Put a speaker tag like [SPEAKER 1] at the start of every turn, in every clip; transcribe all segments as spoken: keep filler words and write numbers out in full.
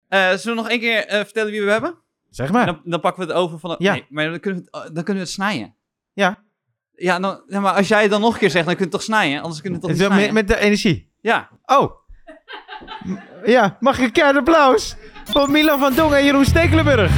[SPEAKER 1] Uh, zullen we nog één keer uh, vertellen wie we hebben?
[SPEAKER 2] Zeg maar.
[SPEAKER 1] Dan, dan pakken we het over van... De...
[SPEAKER 2] Ja.
[SPEAKER 1] Nee, maar dan kunnen, we het, dan kunnen we het snijden.
[SPEAKER 2] Ja.
[SPEAKER 1] Ja, dan, ja, maar als jij het dan nog een keer zegt, dan kun je het toch snijden? Anders kunnen we het toch niet snijden?
[SPEAKER 2] Met, met de energie?
[SPEAKER 1] Ja.
[SPEAKER 2] Oh. Ja, mag ik een keer applaus voor Milan van Dongen en Jeroen Stekelenburg.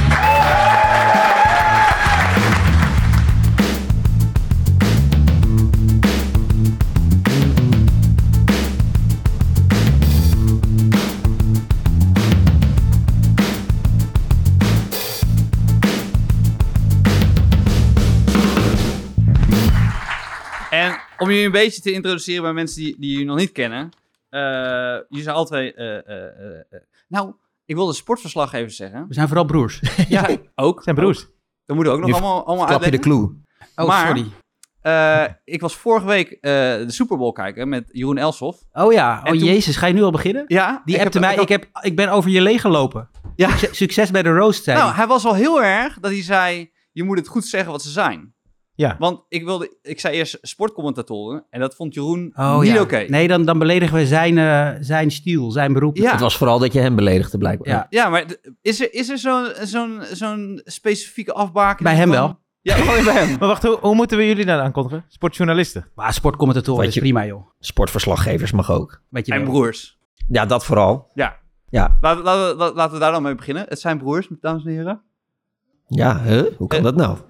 [SPEAKER 1] En om jullie een beetje te introduceren bij mensen die, die jullie nog niet kennen. Uh, jullie zijn alle twee... Uh, uh, uh, nou, ik wilde sportverslaggever zeggen.
[SPEAKER 3] We zijn vooral broers.
[SPEAKER 1] Ja, ook.
[SPEAKER 2] Zijn broers.
[SPEAKER 1] Ook. Dat moeten we ook nog
[SPEAKER 4] nu
[SPEAKER 1] allemaal, allemaal
[SPEAKER 4] klap je de
[SPEAKER 1] uitleggen.
[SPEAKER 4] clue.
[SPEAKER 3] Oh,
[SPEAKER 1] maar,
[SPEAKER 3] sorry.
[SPEAKER 1] Uh, ik was vorige week uh, de Super Bowl kijken met Jeroen Elshoff.
[SPEAKER 3] Oh ja, oh
[SPEAKER 1] toen...
[SPEAKER 3] jezus, ga je nu al beginnen?
[SPEAKER 1] Ja.
[SPEAKER 3] Die
[SPEAKER 1] ik
[SPEAKER 3] appte
[SPEAKER 1] heb,
[SPEAKER 3] mij,
[SPEAKER 1] ik,
[SPEAKER 3] ik, heb, ik ben over je leeg gelopen.
[SPEAKER 1] Ja.
[SPEAKER 3] Succes bij de roast, zei
[SPEAKER 1] Nou,
[SPEAKER 3] hij.
[SPEAKER 1] hij was al heel erg dat hij zei, je moet het goed zeggen wat ze zijn.
[SPEAKER 2] Ja.
[SPEAKER 1] Want ik wilde, ik zei eerst sportcommentatoren en dat vond Jeroen
[SPEAKER 3] Oh,
[SPEAKER 1] niet
[SPEAKER 3] ja.
[SPEAKER 1] oké. Okay.
[SPEAKER 3] Nee, dan, dan beledigen we zijn, uh, zijn stiel, zijn beroep.
[SPEAKER 1] Ja.
[SPEAKER 4] Het was vooral dat je hem beledigde, blijkbaar.
[SPEAKER 3] Ja.
[SPEAKER 1] Ja, maar is er, is er zo'n zo'n zo'n specifieke afbakening?
[SPEAKER 3] Bij hem
[SPEAKER 1] van...
[SPEAKER 3] wel.
[SPEAKER 1] Ja, alleen bij hem.
[SPEAKER 2] Maar wacht, hoe, hoe moeten we jullie dan aankondigen? Sportjournalisten?
[SPEAKER 3] Maar sportcommentatoren
[SPEAKER 4] Wat
[SPEAKER 3] is
[SPEAKER 4] je-
[SPEAKER 3] prima, joh.
[SPEAKER 4] Sportverslaggevers mag ook.
[SPEAKER 3] Weet je
[SPEAKER 1] En
[SPEAKER 3] wel.
[SPEAKER 1] broers.
[SPEAKER 4] Ja, dat vooral.
[SPEAKER 1] Ja.
[SPEAKER 4] Ja,
[SPEAKER 1] Laten, laten, we- laten we daar dan mee beginnen. Het zijn broers, dames en heren.
[SPEAKER 4] ja huh? Hoe kan
[SPEAKER 1] Eh.
[SPEAKER 4] dat nou?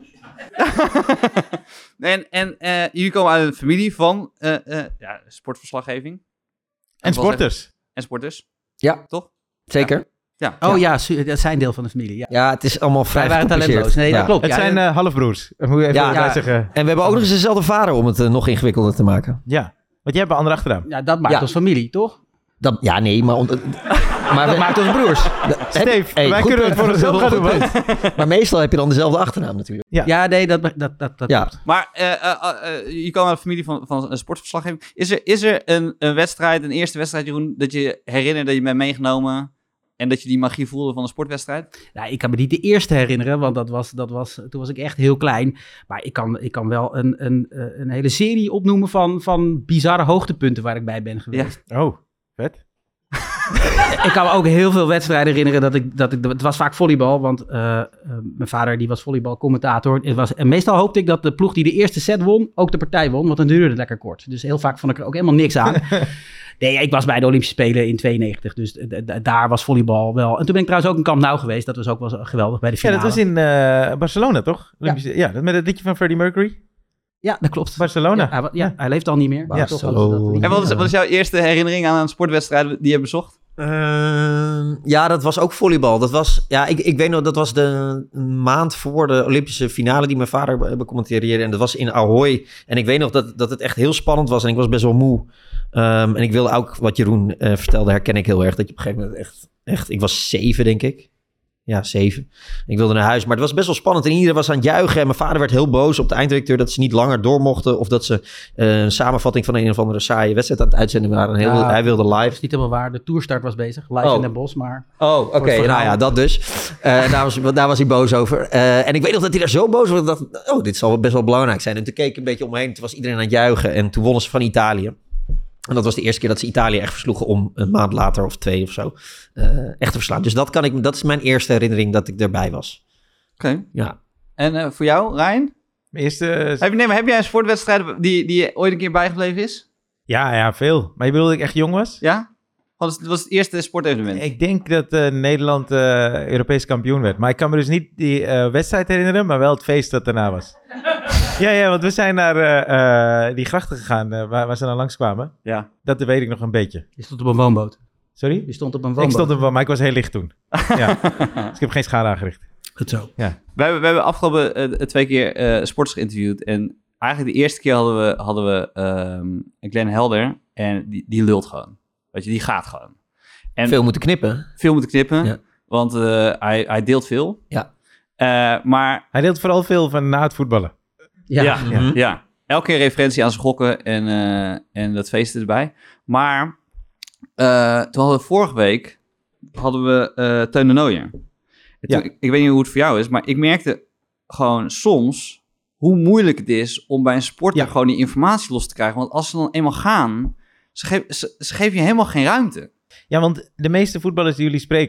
[SPEAKER 1] en en uh, jullie komen uit een familie van uh, uh, ja, sportverslaggeving.
[SPEAKER 2] En sporters.
[SPEAKER 1] En sporters,
[SPEAKER 4] Ja,
[SPEAKER 1] toch?
[SPEAKER 4] zeker.
[SPEAKER 1] Ja.
[SPEAKER 3] Oh ja, su- dat zijn deel van de familie. Ja.
[SPEAKER 4] Ja, het is allemaal vrij
[SPEAKER 3] Wij waren
[SPEAKER 4] gecompliceerd.
[SPEAKER 3] talentloos. Nee,
[SPEAKER 4] Ja.
[SPEAKER 3] dat klopt.
[SPEAKER 2] Het
[SPEAKER 3] Ja,
[SPEAKER 2] zijn uh, halfbroers. Dat moet je even
[SPEAKER 4] Ja,
[SPEAKER 2] erbij
[SPEAKER 3] ja.
[SPEAKER 2] zeggen.
[SPEAKER 4] En we hebben ook nog eens dezelfde vader om het uh, nog ingewikkelder te maken.
[SPEAKER 2] Ja. Want jij hebt een andere achternaam.
[SPEAKER 3] ja, dat maakt
[SPEAKER 4] Ja.
[SPEAKER 3] ons familie, toch?
[SPEAKER 4] Dat, ja, nee, maar... On, maar
[SPEAKER 3] Dat
[SPEAKER 4] we,
[SPEAKER 3] maakt ons broers.
[SPEAKER 2] Steve,
[SPEAKER 4] Hey,
[SPEAKER 2] wij
[SPEAKER 4] goed
[SPEAKER 2] kunnen het
[SPEAKER 4] punt.
[SPEAKER 2] voor onszelf gaan doen.
[SPEAKER 4] Goed
[SPEAKER 2] hoor.
[SPEAKER 4] punt. Maar meestal heb je dan dezelfde achternaam natuurlijk.
[SPEAKER 2] Ja.
[SPEAKER 3] Ja, nee, dat, dat, dat, dat
[SPEAKER 4] Ja.
[SPEAKER 3] klopt.
[SPEAKER 1] Maar uh, uh, uh, je komt uit een familie van, van een sportverslaggeving. Is er, is er een, een wedstrijd, een eerste wedstrijd, Jeroen, dat je herinnert dat je bent meegenomen en dat je die magie voelde van een sportwedstrijd?
[SPEAKER 3] Nou, ik kan me niet de eerste herinneren, want dat was, dat was, toen was ik echt heel klein. Maar ik kan, ik kan wel een, een, eh, een hele serie opnoemen van, van bizarre hoogtepunten waar ik bij ben geweest.
[SPEAKER 2] Oh, vet.
[SPEAKER 3] Ik kan me ook heel veel wedstrijden herinneren dat ik, dat ik, het was vaak volleybal, want uh, uh, mijn vader die was volleybalcommentator. Het was, en meestal hoopte ik dat de ploeg die de eerste set won, ook de partij won, want dan duurde het lekker kort. Dus heel vaak vond ik er ook helemaal niks aan. Nee, ik was bij de Olympische Spelen in tweeënnegentig, dus d- d- daar was volleybal wel. En toen ben ik trouwens ook in Camp Nou geweest, dat was ook wel geweldig bij de
[SPEAKER 2] Ja,
[SPEAKER 3] finale.
[SPEAKER 2] dat was in uh, Barcelona, toch? Olympische, ja. dat met het liedje van Freddie Mercury.
[SPEAKER 3] Ja, dat klopt.
[SPEAKER 2] Barcelona.
[SPEAKER 3] Ja, hij, wa- ja, hij leeft al niet meer.
[SPEAKER 4] Ja,
[SPEAKER 3] Toch
[SPEAKER 4] zo.
[SPEAKER 3] wel dat liedje.
[SPEAKER 1] En wat is, wat is jouw eerste herinnering aan een sportwedstrijd die je hebt bezocht?
[SPEAKER 4] Ehm, ja, dat was ook volleybal. Dat was, ja, ik, ik weet nog, dat was de maand voor de Olympische finale die mijn vader be- becommenteerde. En dat was in Ahoy. En ik weet nog dat, dat het echt heel spannend was en ik was best wel moe. Um, en ik wilde ook, wat Jeroen uh, vertelde, herken ik heel erg. Dat je op een gegeven moment echt, echt, ik was zeven denk ik. Ja, zeven. Ik wilde naar huis, maar het was best wel spannend. En iedereen was aan het juichen. En mijn vader werd heel boos op de einddirecteur dat ze niet langer door mochten. Of dat ze uh, een samenvatting van een of andere saaie wedstrijd aan het uitzenden waren. Heel,
[SPEAKER 3] Ja.
[SPEAKER 4] Hij wilde
[SPEAKER 3] Dat
[SPEAKER 4] live.
[SPEAKER 3] is niet helemaal waar. De toerstart was bezig. Live
[SPEAKER 4] Oh.
[SPEAKER 3] in Den Bosch, maar...
[SPEAKER 4] Oh, oké.
[SPEAKER 3] Voor het
[SPEAKER 4] Nou
[SPEAKER 3] verhaal.
[SPEAKER 4] ja, dat dus. Uh, daar, was, daar was hij boos over. Uh, en ik weet nog dat hij daar zo boos was. Dat ik dacht, oh, dit zal best wel belangrijk zijn. En toen keek ik een beetje omheen. Toen was iedereen aan het juichen. En toen wonnen ze van Italië. En dat was de eerste keer dat ze Italië echt versloegen om een maand later of twee of zo uh, echt te verslaan. Dus dat, kan ik, dat is mijn eerste herinnering dat ik erbij was.
[SPEAKER 1] Oké. Okay.
[SPEAKER 4] Ja.
[SPEAKER 1] En uh, voor jou, Ryan?
[SPEAKER 2] Mijn eerste...
[SPEAKER 1] Heb, je, nee, maar heb jij een sportwedstrijd die, die je ooit een keer bijgebleven is?
[SPEAKER 2] Ja, ja, veel. Maar je bedoelde dat ik echt jong was?
[SPEAKER 1] Ja? Wat was het eerste sportevenement?
[SPEAKER 2] Ik denk dat uh, Nederland uh, Europees kampioen werd. Maar ik kan me dus niet die uh, wedstrijd herinneren, maar wel het feest dat daarna was. Ja, ja, want we zijn naar uh, uh, die grachten gegaan uh, waar, waar ze dan langskwamen.
[SPEAKER 1] Ja.
[SPEAKER 2] Dat weet ik nog een beetje.
[SPEAKER 3] Je stond op een woonboot.
[SPEAKER 2] Sorry?
[SPEAKER 3] Je stond op een woonboot.
[SPEAKER 2] Ik stond op een, maar ik was heel licht toen. Ja. Dus ik heb geen schade aangericht.
[SPEAKER 3] Goed zo.
[SPEAKER 2] Ja.
[SPEAKER 1] We hebben, we hebben afgelopen uh, twee keer uh, sporters geïnterviewd. En eigenlijk de eerste keer hadden we, hadden we um, Glenn Helder. En die, die lult gewoon. Weet je, die gaat gewoon. En
[SPEAKER 4] veel moeten knippen.
[SPEAKER 1] Veel moeten knippen.
[SPEAKER 4] Ja.
[SPEAKER 1] Want uh, hij, hij deelt veel.
[SPEAKER 4] Ja.
[SPEAKER 1] Uh, maar...
[SPEAKER 2] Hij deelt vooral veel van na het voetballen.
[SPEAKER 1] Ja, ja,
[SPEAKER 4] mm-hmm.
[SPEAKER 1] ja. Elke keer referentie aan zijn gokken en, uh, en dat feesten erbij. Maar uh, toen hadden we vorige week hadden we uh, Teun de Nooijer. Ja. Toen, ik, ik weet niet hoe het voor jou is, maar ik merkte gewoon soms hoe moeilijk het is om bij een sporter ja. gewoon die informatie los te krijgen. Want als ze dan eenmaal gaan, ze, geef, ze, ze geven je helemaal geen ruimte.
[SPEAKER 2] Ja, want de meeste voetballers die jullie spreken,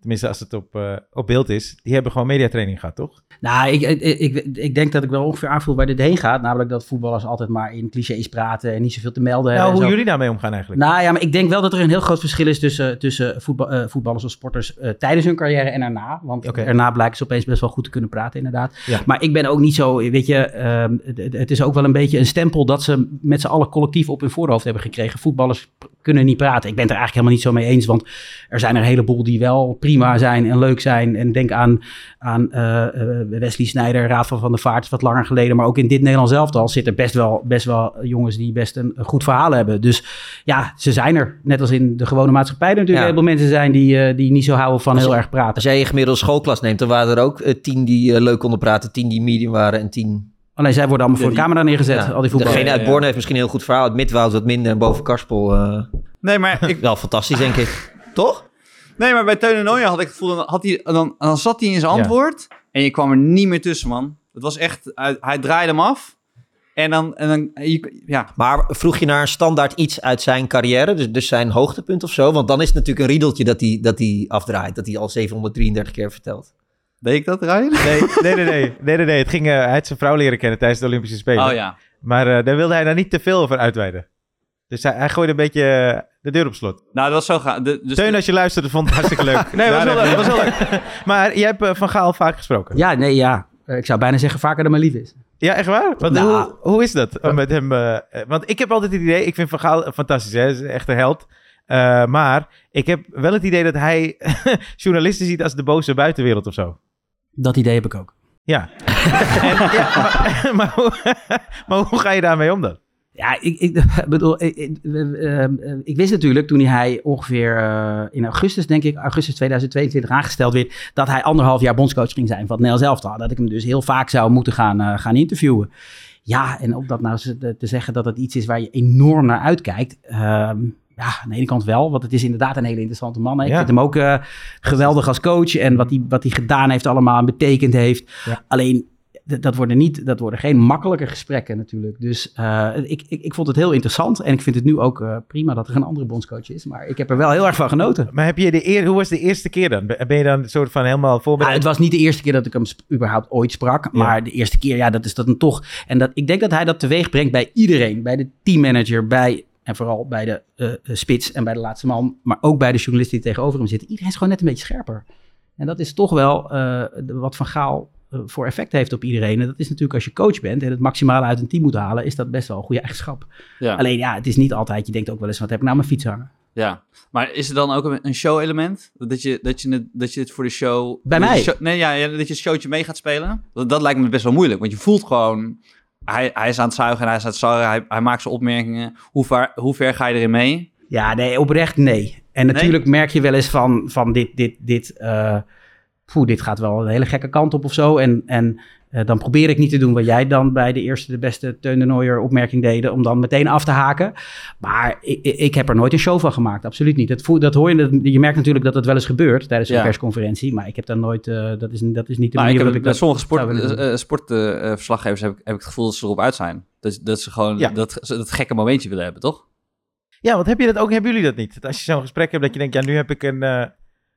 [SPEAKER 2] tenminste als het op, uh, op beeld is, die hebben gewoon mediatraining gehad, toch?
[SPEAKER 3] Nou, ik, ik, ik, ik denk dat ik wel ongeveer aanvoel waar dit heen gaat. Namelijk dat voetballers altijd maar in clichés praten en niet zoveel te melden
[SPEAKER 2] nou,
[SPEAKER 3] hebben.
[SPEAKER 2] Hoe
[SPEAKER 3] zo.
[SPEAKER 2] jullie daarmee omgaan eigenlijk?
[SPEAKER 3] Nou ja, maar ik denk wel dat er een heel groot verschil is tussen, tussen voetbal, uh, voetballers of sporters uh, tijdens hun carrière en erna. Want okay. erna blijken ze opeens best wel goed te kunnen praten, inderdaad. Ja. Maar ik ben ook niet zo, weet je, uh, het, het is ook wel een beetje een stempel dat ze met z'n allen collectief op hun voorhoofd hebben gekregen. Voetballers kunnen niet praten. Ik ben het er eigenlijk helemaal niet zo mee eens, want er zijn er een heleboel die wel prima zijn en leuk zijn. En denk aan, aan uh, Wesley Sneijder, Raad van Van der Vaart, wat langer geleden. Maar ook in dit Nederlands elftal zitten best wel, best wel jongens die best een, een goed verhaal hebben. Dus ja, ze zijn er. Net als in de gewone maatschappij er natuurlijk ja. een heleboel mensen zijn die, uh, die niet zo houden van als heel je, erg praten.
[SPEAKER 4] Als jij je gemiddelde schoolklas neemt, dan waren er ook uh, tien die uh, leuk konden praten, tien die medium waren en tien...
[SPEAKER 3] Alleen zij worden allemaal voor een camera neergezet,
[SPEAKER 4] ja,
[SPEAKER 3] al die voetballers.
[SPEAKER 4] Degene uit Born heeft misschien een heel goed verhaal. Het Midwoud wat minder en boven Karspel. Uh,
[SPEAKER 1] nee, maar ik...
[SPEAKER 4] wel fantastisch, denk ik. Toch?
[SPEAKER 1] Nee, maar bij Teun en Nooijen had ik het gevoel... Dan, had hij, dan, dan zat hij in zijn antwoord ja. en je kwam er niet meer tussen, man. Het was echt... Hij, hij draaide hem af en dan... En dan ja.
[SPEAKER 4] Maar vroeg je naar een standaard iets uit zijn carrière? Dus, dus zijn hoogtepunt of zo? Want dan is het natuurlijk een riedeltje dat hij, dat hij afdraait. Dat hij al zevenhonderddrieëndertig keer vertelt.
[SPEAKER 1] Deed ik dat, Ryan?
[SPEAKER 2] Nee, nee, nee, nee, nee, nee, nee. Het ging, uh, hij had zijn vrouw leren kennen tijdens de Olympische Spelen.
[SPEAKER 1] Oh ja.
[SPEAKER 2] Maar uh, daar wilde hij daar niet te veel over uitweiden. Dus hij, hij gooide een beetje uh, de deur op slot.
[SPEAKER 1] Nou, dat was zo gaaf. Dus
[SPEAKER 2] Teun,
[SPEAKER 1] de...
[SPEAKER 2] als je luisterde, vond het hartstikke leuk.
[SPEAKER 1] Nee, dat was heel leuk. Was heel leuk.
[SPEAKER 2] Maar jij hebt uh, Van Gaal vaak gesproken.
[SPEAKER 3] Ja, nee, ja. Uh, ik zou bijna zeggen vaker dan mijn lief is.
[SPEAKER 2] Ja, echt waar? Want
[SPEAKER 3] nou,
[SPEAKER 2] hoe, hoe is dat uh, met hem? Uh, want ik heb altijd het idee, ik vind Van Gaal fantastisch, hè? Hij is echt een held. Uh, maar ik heb wel het idee dat hij journalisten ziet als de boze buitenwereld of zo.
[SPEAKER 3] Dat idee heb ik ook.
[SPEAKER 2] Ja. en, ja maar, maar, hoe, maar hoe ga je daarmee om dan?
[SPEAKER 3] Ja, ik, ik bedoel, ik, ik, uh, uh, ik wist natuurlijk toen hij ongeveer uh, in augustus, denk ik, augustus tweeduizend tweeëntwintig aangesteld werd, dat hij anderhalf jaar bondscoach ging zijn van het Nederlands elftal. Dat ik hem dus heel vaak zou moeten gaan, uh, gaan interviewen. Ja, en om dat nou te zeggen dat het iets is waar je enorm naar uitkijkt. Uh, Ja, aan de ene kant wel, want het is inderdaad een hele interessante man. Hè? Ik ja. vind hem ook uh, geweldig als coach en wat hij wat hij gedaan heeft allemaal en betekend heeft. Ja. Alleen, d- dat worden, niet, dat worden geen makkelijke gesprekken natuurlijk. Dus uh, ik, ik, ik vond het heel interessant en ik vind het nu ook uh, prima dat er een andere bondscoach is. Maar ik heb er wel heel erg van genoten.
[SPEAKER 2] Maar heb je de eer, hoe was de eerste keer dan? Ben je dan een soort van helemaal voorbereid?
[SPEAKER 3] Ja, het was niet de eerste keer dat ik hem sp- überhaupt ooit sprak. Maar ja. de eerste keer, ja, dat is dat dan toch. En dat, ik denk dat hij dat teweeg brengt bij iedereen. Bij de teammanager, bij... En vooral bij de uh, spits en bij de laatste man. Maar ook bij de journalisten die tegenover hem zitten. Iedereen is gewoon net een beetje scherper. En dat is toch wel uh, wat Van Gaal uh, voor effect heeft op iedereen. En dat is natuurlijk als je coach bent en het maximale uit een team moet halen. Is dat best wel een goede eigenschap. Ja. Alleen ja, het is niet altijd. Je denkt ook wel eens, wat heb ik nou mijn fiets hangen?
[SPEAKER 1] Ja, maar is er dan ook een show-element? Dat je, dat, je het, dat je het voor de show...
[SPEAKER 3] Bij mij?
[SPEAKER 1] Show, nee, ja, dat je het showtje mee gaat spelen. Dat, dat lijkt me best wel moeilijk. Want je voelt gewoon... Hij, hij is aan het zuigen en hij is aan het sarren. Hij, hij maakt zijn opmerkingen. Hoe ver, hoe ver ga je erin mee?
[SPEAKER 3] Ja, nee, oprecht nee. En natuurlijk nee? merk je wel eens van, van dit, dit, dit, uh, poeh, dit gaat wel een hele gekke kant op of zo. En, en uh, dan probeer ik niet te doen wat jij dan bij de eerste, de beste Teun de Nooijer opmerking deden. Om dan meteen af te haken. Maar ik, ik heb er nooit een show van gemaakt. Absoluut niet. Dat, voel, dat hoor je. Dat, je merkt natuurlijk dat het wel eens gebeurt tijdens een ja. persconferentie. Maar ik heb daar nooit, uh, dat, is, dat is niet de
[SPEAKER 1] nou,
[SPEAKER 3] manier
[SPEAKER 1] waarop ik dat... Bij sommige sport, uh,
[SPEAKER 3] uh,
[SPEAKER 1] sportverslaggevers uh, heb, heb ik het gevoel dat ze erop uit zijn. Dat, dat ze gewoon ja. dat, dat gekke momentje willen hebben, toch?
[SPEAKER 2] Ja, want heb je dat ook, hebben jullie dat niet? Dat als je zo'n gesprek hebt, dat je denkt, ja, nu heb ik een, uh,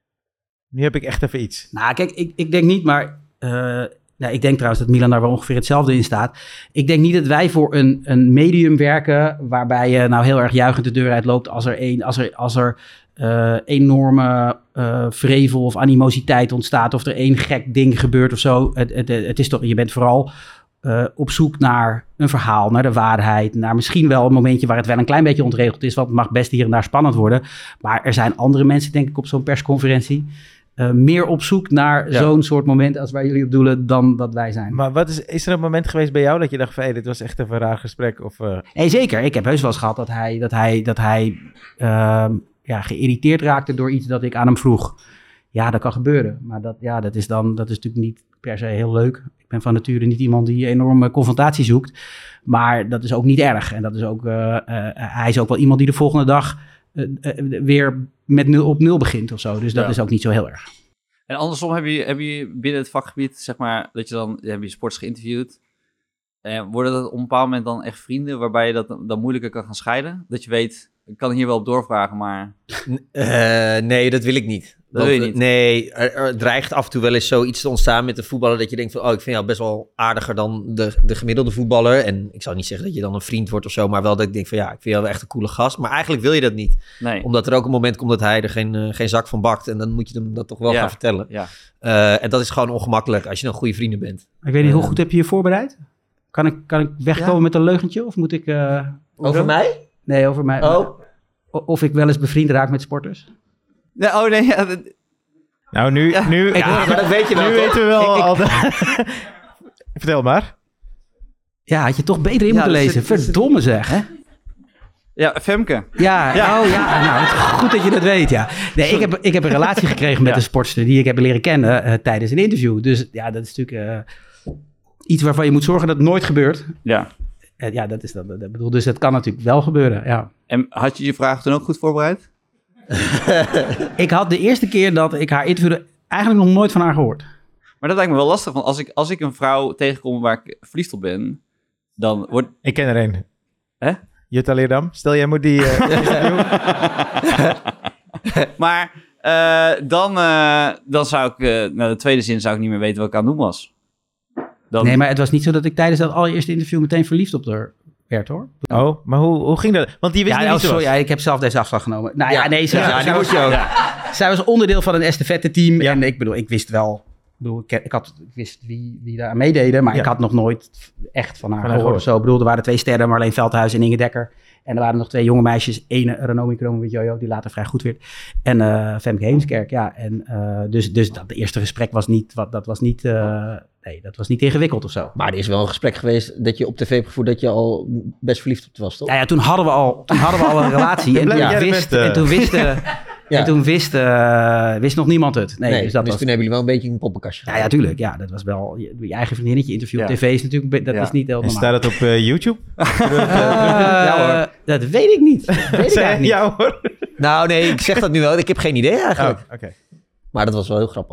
[SPEAKER 2] nu heb ik echt even iets.
[SPEAKER 3] Nou, kijk, ik, ik denk niet, maar, uh, nou, ik denk trouwens dat Milan daar wel ongeveer hetzelfde in staat. Ik denk niet dat wij voor een, een medium werken, waarbij je nou heel erg juichend de deur uitloopt als er, een, als er, als er uh, enorme uh, vrevel of animositeit ontstaat, of er één gek ding gebeurt of zo. Het, het, het is toch, je bent vooral... Uh, op zoek naar een verhaal, naar de waarheid, naar misschien wel een momentje waar het wel een klein beetje ontregeld is, want het mag best hier en daar spannend worden. Maar er zijn andere mensen, denk ik, op zo'n persconferentie uh, meer op zoek naar ja. zo'n soort moment als waar jullie op doelen dan dat wij zijn.
[SPEAKER 2] Maar wat is, is er een moment geweest bij jou dat je dacht van, hey, dit was echt even een raar gesprek? Of, uh...
[SPEAKER 3] hey, zeker. Ik heb heus wel eens gehad dat hij, dat hij, dat hij uh, ja, geïrriteerd raakte door iets dat ik aan hem vroeg. Ja, dat kan gebeuren. Maar dat, ja, dat is dan, dat is natuurlijk niet per se heel leuk. Ik ben van nature niet iemand die enorme confrontatie zoekt. Maar dat is ook niet erg. En dat is ook, uh, uh, hij is ook wel iemand die de volgende dag uh, uh, weer met nul op nul begint of zo. Dus dat ja. is ook niet zo heel erg.
[SPEAKER 1] En andersom heb je, heb je binnen het vakgebied, zeg maar, dat je dan, heb je sporters geïnterviewd. En worden dat op een bepaald moment dan echt vrienden, waarbij je dat dan moeilijker kan gaan scheiden? Dat je weet, ik kan hier wel op doorvragen, maar...
[SPEAKER 4] Uh, nee, dat wil ik niet.
[SPEAKER 1] Dat wil je niet.
[SPEAKER 4] Nee, er, er dreigt af en toe wel eens zoiets te ontstaan met de voetballer... dat je denkt van, oh, ik vind jou best wel aardiger dan de, de gemiddelde voetballer. En ik zou niet zeggen dat je dan een vriend wordt of zo... maar wel dat ik denk van, ja, ik vind jou wel echt een coole gast. Maar eigenlijk wil je dat niet.
[SPEAKER 1] Nee.
[SPEAKER 4] Omdat er ook een moment komt dat hij er geen, uh, geen zak van bakt... en dan moet je hem dat toch wel
[SPEAKER 1] Ja.
[SPEAKER 4] gaan vertellen.
[SPEAKER 1] Ja.
[SPEAKER 4] Uh, en dat is gewoon ongemakkelijk als je dan goede vrienden bent.
[SPEAKER 3] Ik weet niet, hoe
[SPEAKER 4] Uh,
[SPEAKER 3] goed heb je je voorbereid? Kan ik, kan ik wegkomen
[SPEAKER 4] Ja.
[SPEAKER 3] met een leugentje? Of moet ik... Uh,
[SPEAKER 4] Over mij?
[SPEAKER 3] Nee, over mij.
[SPEAKER 4] Oh.
[SPEAKER 3] Of ik wel eens bevriend raak met sporters?
[SPEAKER 1] Nee, oh nee, ja, dat-
[SPEAKER 2] Nou, nu, nu,
[SPEAKER 4] Ja, maar dat weet je wel,
[SPEAKER 2] nu
[SPEAKER 4] toch?
[SPEAKER 2] weten we wel
[SPEAKER 3] Ik- ik-
[SPEAKER 2] al. de- Vertel maar.
[SPEAKER 3] Ja, had je toch beter in
[SPEAKER 1] Ja,
[SPEAKER 3] moeten
[SPEAKER 1] dat
[SPEAKER 3] lezen.
[SPEAKER 1] zit- dat zit-
[SPEAKER 3] Verdomme zeg. Hè?
[SPEAKER 1] ja, Femke.
[SPEAKER 3] Ja,
[SPEAKER 1] Ja.
[SPEAKER 3] oh ja, nou, het is goed dat je dat weet, ja. Nee, ik heb, ik heb een relatie gekregen met
[SPEAKER 1] Ja.
[SPEAKER 3] een sportster die ik heb leren kennen uh, tijdens een interview. Dus ja, dat is natuurlijk uh, iets waarvan je moet zorgen dat het nooit gebeurt.
[SPEAKER 1] Ja.
[SPEAKER 3] En ja, dat is dat, dat bedoel, dus dat kan natuurlijk wel gebeuren, ja.
[SPEAKER 1] En had je je vraag toen ook goed voorbereid?
[SPEAKER 3] Ik had de eerste keer dat ik haar interviewde eigenlijk nog nooit van haar gehoord.
[SPEAKER 1] Maar dat lijkt me wel lastig, want als ik, als ik een vrouw tegenkom waar ik verliefd op ben, dan wordt...
[SPEAKER 2] Ik ken er een.
[SPEAKER 1] Hè?
[SPEAKER 2] Jutta Leerdam. Stel, jij moet die... Uh,
[SPEAKER 1] Maar uh, dan, uh, dan zou ik, uh, nou de tweede zin zou ik niet meer weten wat ik aan het doen was. Dan...
[SPEAKER 3] Nee, maar het was niet zo dat ik tijdens dat allereerste interview meteen verliefd op haar werd, hoor.
[SPEAKER 2] oh, maar hoe, hoe ging dat? Want die wist
[SPEAKER 3] Ja,
[SPEAKER 2] niet
[SPEAKER 3] oh,
[SPEAKER 2] wie ze
[SPEAKER 3] sorry,
[SPEAKER 2] was.
[SPEAKER 3] ja, ik heb zelf deze afslag genomen. Nou ja,
[SPEAKER 4] Ja.
[SPEAKER 3] nee, zij,
[SPEAKER 4] Ja,
[SPEAKER 3] zij
[SPEAKER 4] die
[SPEAKER 3] was,
[SPEAKER 4] moet je ook.
[SPEAKER 3] ja. zij was onderdeel van een estafette-team.
[SPEAKER 2] Ja.
[SPEAKER 3] En ik bedoel, ik wist wel... Ik, bedoel, ik, ik, had, ik wist wie, wie daar aan meededen, maar
[SPEAKER 2] Ja.
[SPEAKER 3] ik had nog nooit echt van haar
[SPEAKER 2] Van haar
[SPEAKER 3] gehoord of zo. Ik bedoel, er waren twee sterren, Marleen Veldhuis en Inge Dekker. En er waren nog twee jonge meisjes. Ene, Ranomi Kromowidjojo, die later vrij goed werd. En uh, Femke Heemskerk, ja. En, uh, dus dus dat eerste gesprek was niet... Wat, dat was niet uh, nee, dat was niet ingewikkeld of zo.
[SPEAKER 4] Maar er is wel een gesprek geweest dat je op tv hebt gevoerd... dat je al best verliefd op was, toch?
[SPEAKER 3] Ja, ja, toen hadden we al, toen hadden we al een relatie. En
[SPEAKER 2] blij
[SPEAKER 3] toen,
[SPEAKER 2] dat jij er
[SPEAKER 3] wist,
[SPEAKER 2] bent, uh.
[SPEAKER 3] en toen wisten...
[SPEAKER 4] Ja.
[SPEAKER 3] En toen wist, uh, wist nog niemand het. Nee,
[SPEAKER 4] Nee,
[SPEAKER 3] dus dat
[SPEAKER 4] dus
[SPEAKER 3] was...
[SPEAKER 4] toen hebben jullie wel een beetje in een poppenkastje
[SPEAKER 3] Ja,
[SPEAKER 4] gehouden.
[SPEAKER 3] ja, tuurlijk. Ja, dat was wel je, je eigen vriendinnetje interview op
[SPEAKER 1] Ja.
[SPEAKER 3] tv is natuurlijk... be- Dat
[SPEAKER 1] Ja.
[SPEAKER 3] is niet heel
[SPEAKER 2] En
[SPEAKER 3] normaal.
[SPEAKER 2] staat het op uh, YouTube?
[SPEAKER 3] Uh,
[SPEAKER 1] Ja, hoor.
[SPEAKER 3] Dat weet ik niet. Dat weet ik eigenlijk niet.
[SPEAKER 2] Ja hoor.
[SPEAKER 4] Nou nee, ik zeg dat nu wel. Ik heb geen idee eigenlijk.
[SPEAKER 2] Oh, oké.
[SPEAKER 4] Maar dat was wel heel grappig.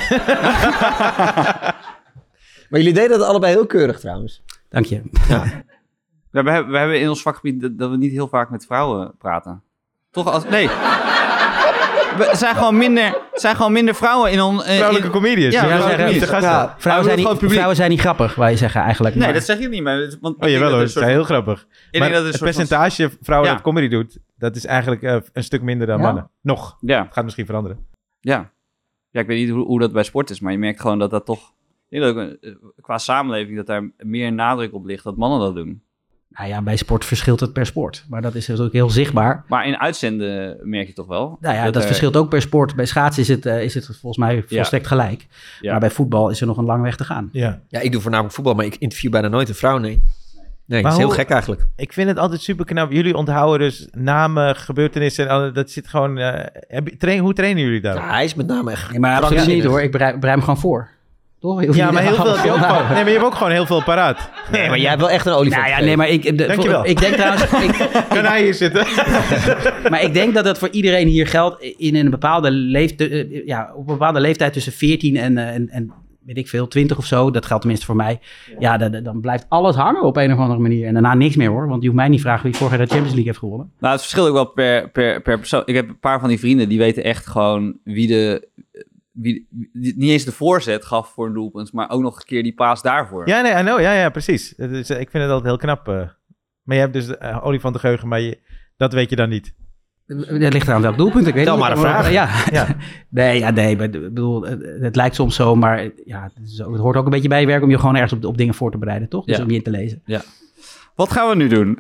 [SPEAKER 4] Maar jullie deden dat allebei heel keurig trouwens.
[SPEAKER 3] Dank je.
[SPEAKER 1] Ja, we, hebben, we hebben in ons vakgebied dat, dat we niet heel vaak met vrouwen praten. Toch als... Nee. We zijn gewoon minder, zijn gewoon minder vrouwen in ons...
[SPEAKER 2] Vrouwelijke comedians.
[SPEAKER 1] Ja,
[SPEAKER 2] Ja,
[SPEAKER 1] vrouwelijke
[SPEAKER 2] niet te
[SPEAKER 1] comedians.
[SPEAKER 2] gasten.
[SPEAKER 1] Ja.
[SPEAKER 3] Vrouwen zijn,
[SPEAKER 1] gewoon
[SPEAKER 3] niet,
[SPEAKER 1] publiek.
[SPEAKER 3] vrouwen zijn niet grappig, waar je zeggen eigenlijk.
[SPEAKER 1] Nee,
[SPEAKER 3] Maar-
[SPEAKER 1] dat zeg je niet. Maar, want ik
[SPEAKER 2] Oh
[SPEAKER 1] denk
[SPEAKER 2] jawel
[SPEAKER 1] dat
[SPEAKER 2] hoor,
[SPEAKER 1] een
[SPEAKER 2] het
[SPEAKER 1] soort
[SPEAKER 2] is heel
[SPEAKER 1] van-
[SPEAKER 2] grappig.
[SPEAKER 1] Ik
[SPEAKER 2] Maar
[SPEAKER 1] denk dat het
[SPEAKER 2] het
[SPEAKER 1] een soort van-
[SPEAKER 2] percentage vrouwen
[SPEAKER 1] Ja.
[SPEAKER 2] dat comedy doet, dat is eigenlijk uh, een stuk minder dan
[SPEAKER 3] Ja?
[SPEAKER 2] mannen. Nog.
[SPEAKER 1] Ja,
[SPEAKER 2] Het gaat misschien veranderen.
[SPEAKER 1] ja. Ja, ik weet niet hoe, hoe dat bij sport is, maar je merkt gewoon dat dat toch... Ik denk dat ook, eh, qua samenleving dat daar meer nadruk op ligt dat mannen dat doen.
[SPEAKER 3] Nou ja, bij sport verschilt het per sport. Maar dat is dus ook heel zichtbaar.
[SPEAKER 1] Maar in uitzenden merk je toch wel?
[SPEAKER 3] Nou ja, dat,
[SPEAKER 1] er-
[SPEAKER 3] verschilt ook per sport. Bij schaatsen is het, uh, is het volgens mij volstrekt gelijk.
[SPEAKER 1] Ja.
[SPEAKER 3] Maar bij voetbal is er nog een lange weg te gaan.
[SPEAKER 2] Ja.
[SPEAKER 4] Ja, ik doe voornamelijk voetbal, maar ik interview bijna nooit een vrouw, nee. Nee,
[SPEAKER 2] Maar
[SPEAKER 4] dat is heel
[SPEAKER 2] hoe-
[SPEAKER 4] gek eigenlijk.
[SPEAKER 2] Ik vind het altijd super knap. Jullie onthouden dus namen, gebeurtenissen. En al- dat zit gewoon... Uh, heb je- train, hoe trainen jullie daar?
[SPEAKER 4] Ja, hij is met name echt
[SPEAKER 3] Nee, maar absoluut
[SPEAKER 4] krankzinnig.
[SPEAKER 3] niet hoor. Ik bereid, bereid hem gewoon voor. Toch? Je hoeft
[SPEAKER 2] Ja,
[SPEAKER 3] niet
[SPEAKER 2] maar heel
[SPEAKER 3] echt
[SPEAKER 2] veel heb je ook
[SPEAKER 3] van-
[SPEAKER 2] gewoon. Nee, maar je hebt ook gewoon heel veel paraat.
[SPEAKER 4] Nee, maar jij hebt wel echt een olifant.
[SPEAKER 3] Nou ja,
[SPEAKER 4] gegeven.
[SPEAKER 3] nee, maar ik... De,
[SPEAKER 2] Dankjewel.
[SPEAKER 3] voor- ik denk trouwens... ik,
[SPEAKER 2] Kan hij hier zitten?
[SPEAKER 3] maar ik denk dat dat voor iedereen hier geldt in een bepaalde leeftijd... Ja, op een bepaalde leeftijd tussen veertien en, eh, en, en weet ik veel, twintig of zo. Dat geldt tenminste voor mij. Ja, dan, dan blijft alles hangen op een of andere manier. En daarna niks meer hoor. Want je hoeft mij niet vragen wie vorig jaar de Champions League heeft gewonnen.
[SPEAKER 1] Nou, het verschilt ook wel per, per, per persoon. Ik heb een paar van die vrienden die weten echt gewoon wie de... Wie, wie- niet eens de voorzet gaf voor een doelpunt, maar ook nog een keer die paas daarvoor.
[SPEAKER 2] Ja, nee, I know. Ja, ja, precies. Het is, eh, ik vind het altijd heel knap. uh. Maar je hebt dus uh, olifantengeheugen, maar je, dat weet je dan niet.
[SPEAKER 3] Dat ligt eraan welk doelpunt. Ik weet
[SPEAKER 4] Stel
[SPEAKER 3] niet.
[SPEAKER 4] maar een vraag.
[SPEAKER 3] Ja.
[SPEAKER 2] Ja.
[SPEAKER 3] Nee, ja, nee. Maar, ik bedoel, het, het lijkt soms zo, maar ja, het, is ook- het hoort ook een beetje bij je werk om je gewoon ergens op, op dingen voor te bereiden, toch? Dus
[SPEAKER 1] Ja.
[SPEAKER 3] om je in te lezen.
[SPEAKER 1] Wat gaan we nu doen?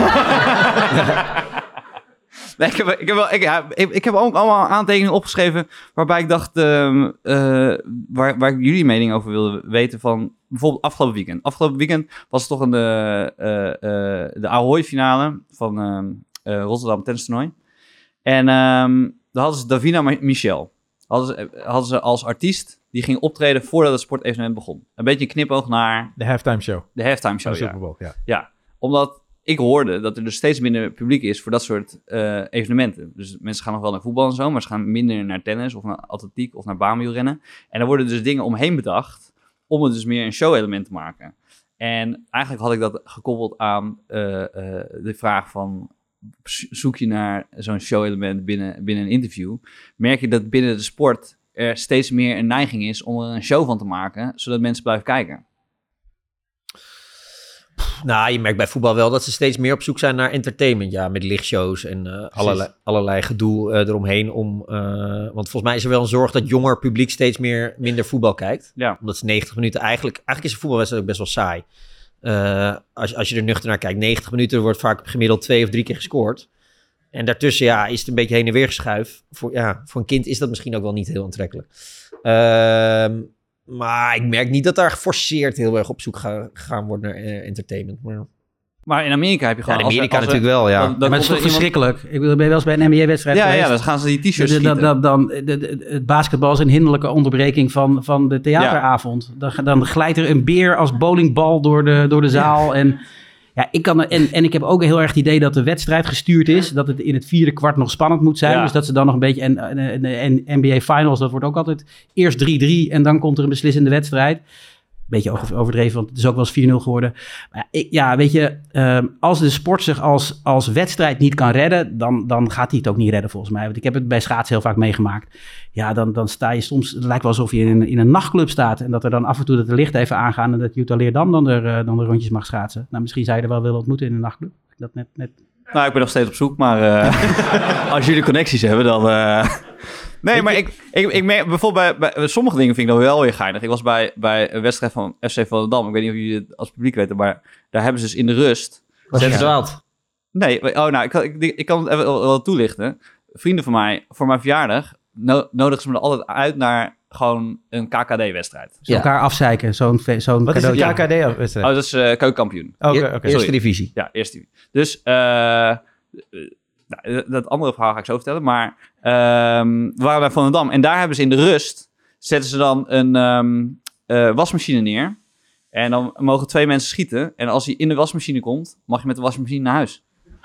[SPEAKER 1] Nee, ik, heb, ik, heb wel, ik, ja, ik, ik heb ook allemaal aantekeningen opgeschreven waarbij ik dacht, ehm, eh, waar, waar ik jullie mening over wilde weten van, bijvoorbeeld afgelopen weekend. Afgelopen weekend was het toch een, de, eh, eh, de Ahoy finale van ehm, eh, Rotterdam tennistoernooi. En ehm daar hadden ze Davina Ma- Michel, hadden ze, hadden ze als artiest, die ging optreden voordat het sportevenement begon. Een beetje een knipoog naar
[SPEAKER 2] De halftime show.
[SPEAKER 1] de halftime show,
[SPEAKER 2] Van de
[SPEAKER 1] ja.
[SPEAKER 2] Super Bowl, ja.
[SPEAKER 1] Ja, omdat ik hoorde dat er dus steeds minder publiek is voor dat soort eh, evenementen. Dus mensen gaan nog wel naar voetbal en zo, maar ze gaan minder naar tennis of naar atletiek of naar baanwielrennen. En er worden dus dingen omheen bedacht om het dus meer een show-element te maken. En eigenlijk had ik dat gekoppeld aan uh, uh, de vraag van zoek je naar zo'n show-element binnen, binnen een interview, merk je dat binnen de sport er steeds meer een neiging is om er een show van te maken, zodat mensen blijven kijken.
[SPEAKER 4] Nou, je merkt bij voetbal wel dat ze steeds meer op zoek zijn naar entertainment. Ja, met lichtshows en uh, allerlei, allerlei gedoe uh, eromheen. Om, uh, want volgens mij is er wel een zorg dat jonger publiek steeds meer minder voetbal kijkt.
[SPEAKER 1] Ja.
[SPEAKER 4] Omdat ze negentig minuten eigenlijk... Eigenlijk is een voetbalwedstrijd ook best wel saai. Uh, als, als je er nuchter naar kijkt, negentig minuten wordt vaak gemiddeld twee of drie keer gescoord. En daartussen ja, is het een beetje heen en weer geschuif. Voor, ja, voor een kind is dat misschien ook wel niet heel aantrekkelijk. Uh, Maar ik merk niet dat daar geforceerd heel erg op zoek ga, gegaan wordt naar uh, entertainment. Maar...
[SPEAKER 1] maar in Amerika heb je gewoon...
[SPEAKER 4] Ja, in Amerika
[SPEAKER 1] als er, als
[SPEAKER 4] natuurlijk wel, ja.
[SPEAKER 1] Dan, dan
[SPEAKER 3] maar het is toch
[SPEAKER 1] iemand...
[SPEAKER 3] verschrikkelijk? Ik ben wel eens bij een N B A-wedstrijd
[SPEAKER 1] ja,
[SPEAKER 3] geweest.
[SPEAKER 1] ja, dan gaan ze die t-shirts
[SPEAKER 3] dan,
[SPEAKER 1] schieten.
[SPEAKER 3] dan, dan, de, de, het basketbal is een hinderlijke onderbreking van, van de theateravond. Ja. Dan, dan glijdt er een beer als bowlingbal door de, door de zaal. Ja. En, ja, ik kan, en, en ik heb ook heel erg het idee dat de wedstrijd gestuurd is. Dat het in het vierde kwart nog spannend moet zijn. Ja. Dus dat ze dan nog een beetje... En, en, en, en N B A Finals, dat wordt ook altijd eerst drie drie... en dan komt er een beslissende wedstrijd. Beetje overdreven, want het is ook wel eens vier nul geworden. Maar ik, ja, weet je, um, als de sport zich als, als wedstrijd niet kan redden, dan, dan gaat hij het ook niet redden volgens mij. Want ik heb het bij schaatsen heel vaak meegemaakt. Ja, dan, dan sta je soms, het lijkt wel alsof je in, in een nachtclub staat en dat er dan af en toe dat de lichten even aangaan en dat Jutta Leerdam dan de, uh, dan de rondjes mag schaatsen. Nou, misschien zou je er wel willen ontmoeten in een nachtclub. Dat net, net...
[SPEAKER 1] Nou, ik ben nog steeds op zoek, maar uh, als jullie connecties hebben, dan... Uh... Nee, maar ik, ik, ik merk bijvoorbeeld bij, bij sommige dingen vind ik dat wel weer geinig. Ik was bij, bij een wedstrijd van F C Volendam. Ik weet niet of jullie het als publiek weten, maar daar hebben ze dus in de rust...
[SPEAKER 4] Was je verdwaald?
[SPEAKER 1] Nee, oh nou, ik kan, ik, ik kan het even wel, wel toelichten. Vrienden van mij, voor mijn verjaardag, no, nodigen ze me er altijd uit naar gewoon een K K D-wedstrijd.
[SPEAKER 3] Dus ja. elkaar afzeiken, zo'n, zo'n
[SPEAKER 2] Wat
[SPEAKER 3] cadeautje.
[SPEAKER 2] is een K K D-wedstrijd?
[SPEAKER 1] Oh, dat is uh, keukenkampioen.
[SPEAKER 2] Oh, okay, okay.
[SPEAKER 4] Eerste divisie.
[SPEAKER 1] Ja, eerste divisie. Dus... Uh, Nou, dat andere verhaal ga ik zo vertellen. Maar um, we waren bij Volendam. En daar hebben ze in de rust... zetten ze dan een um, uh, wasmachine neer. En dan mogen twee mensen schieten. En als hij in de wasmachine komt... mag je met de wasmachine naar huis.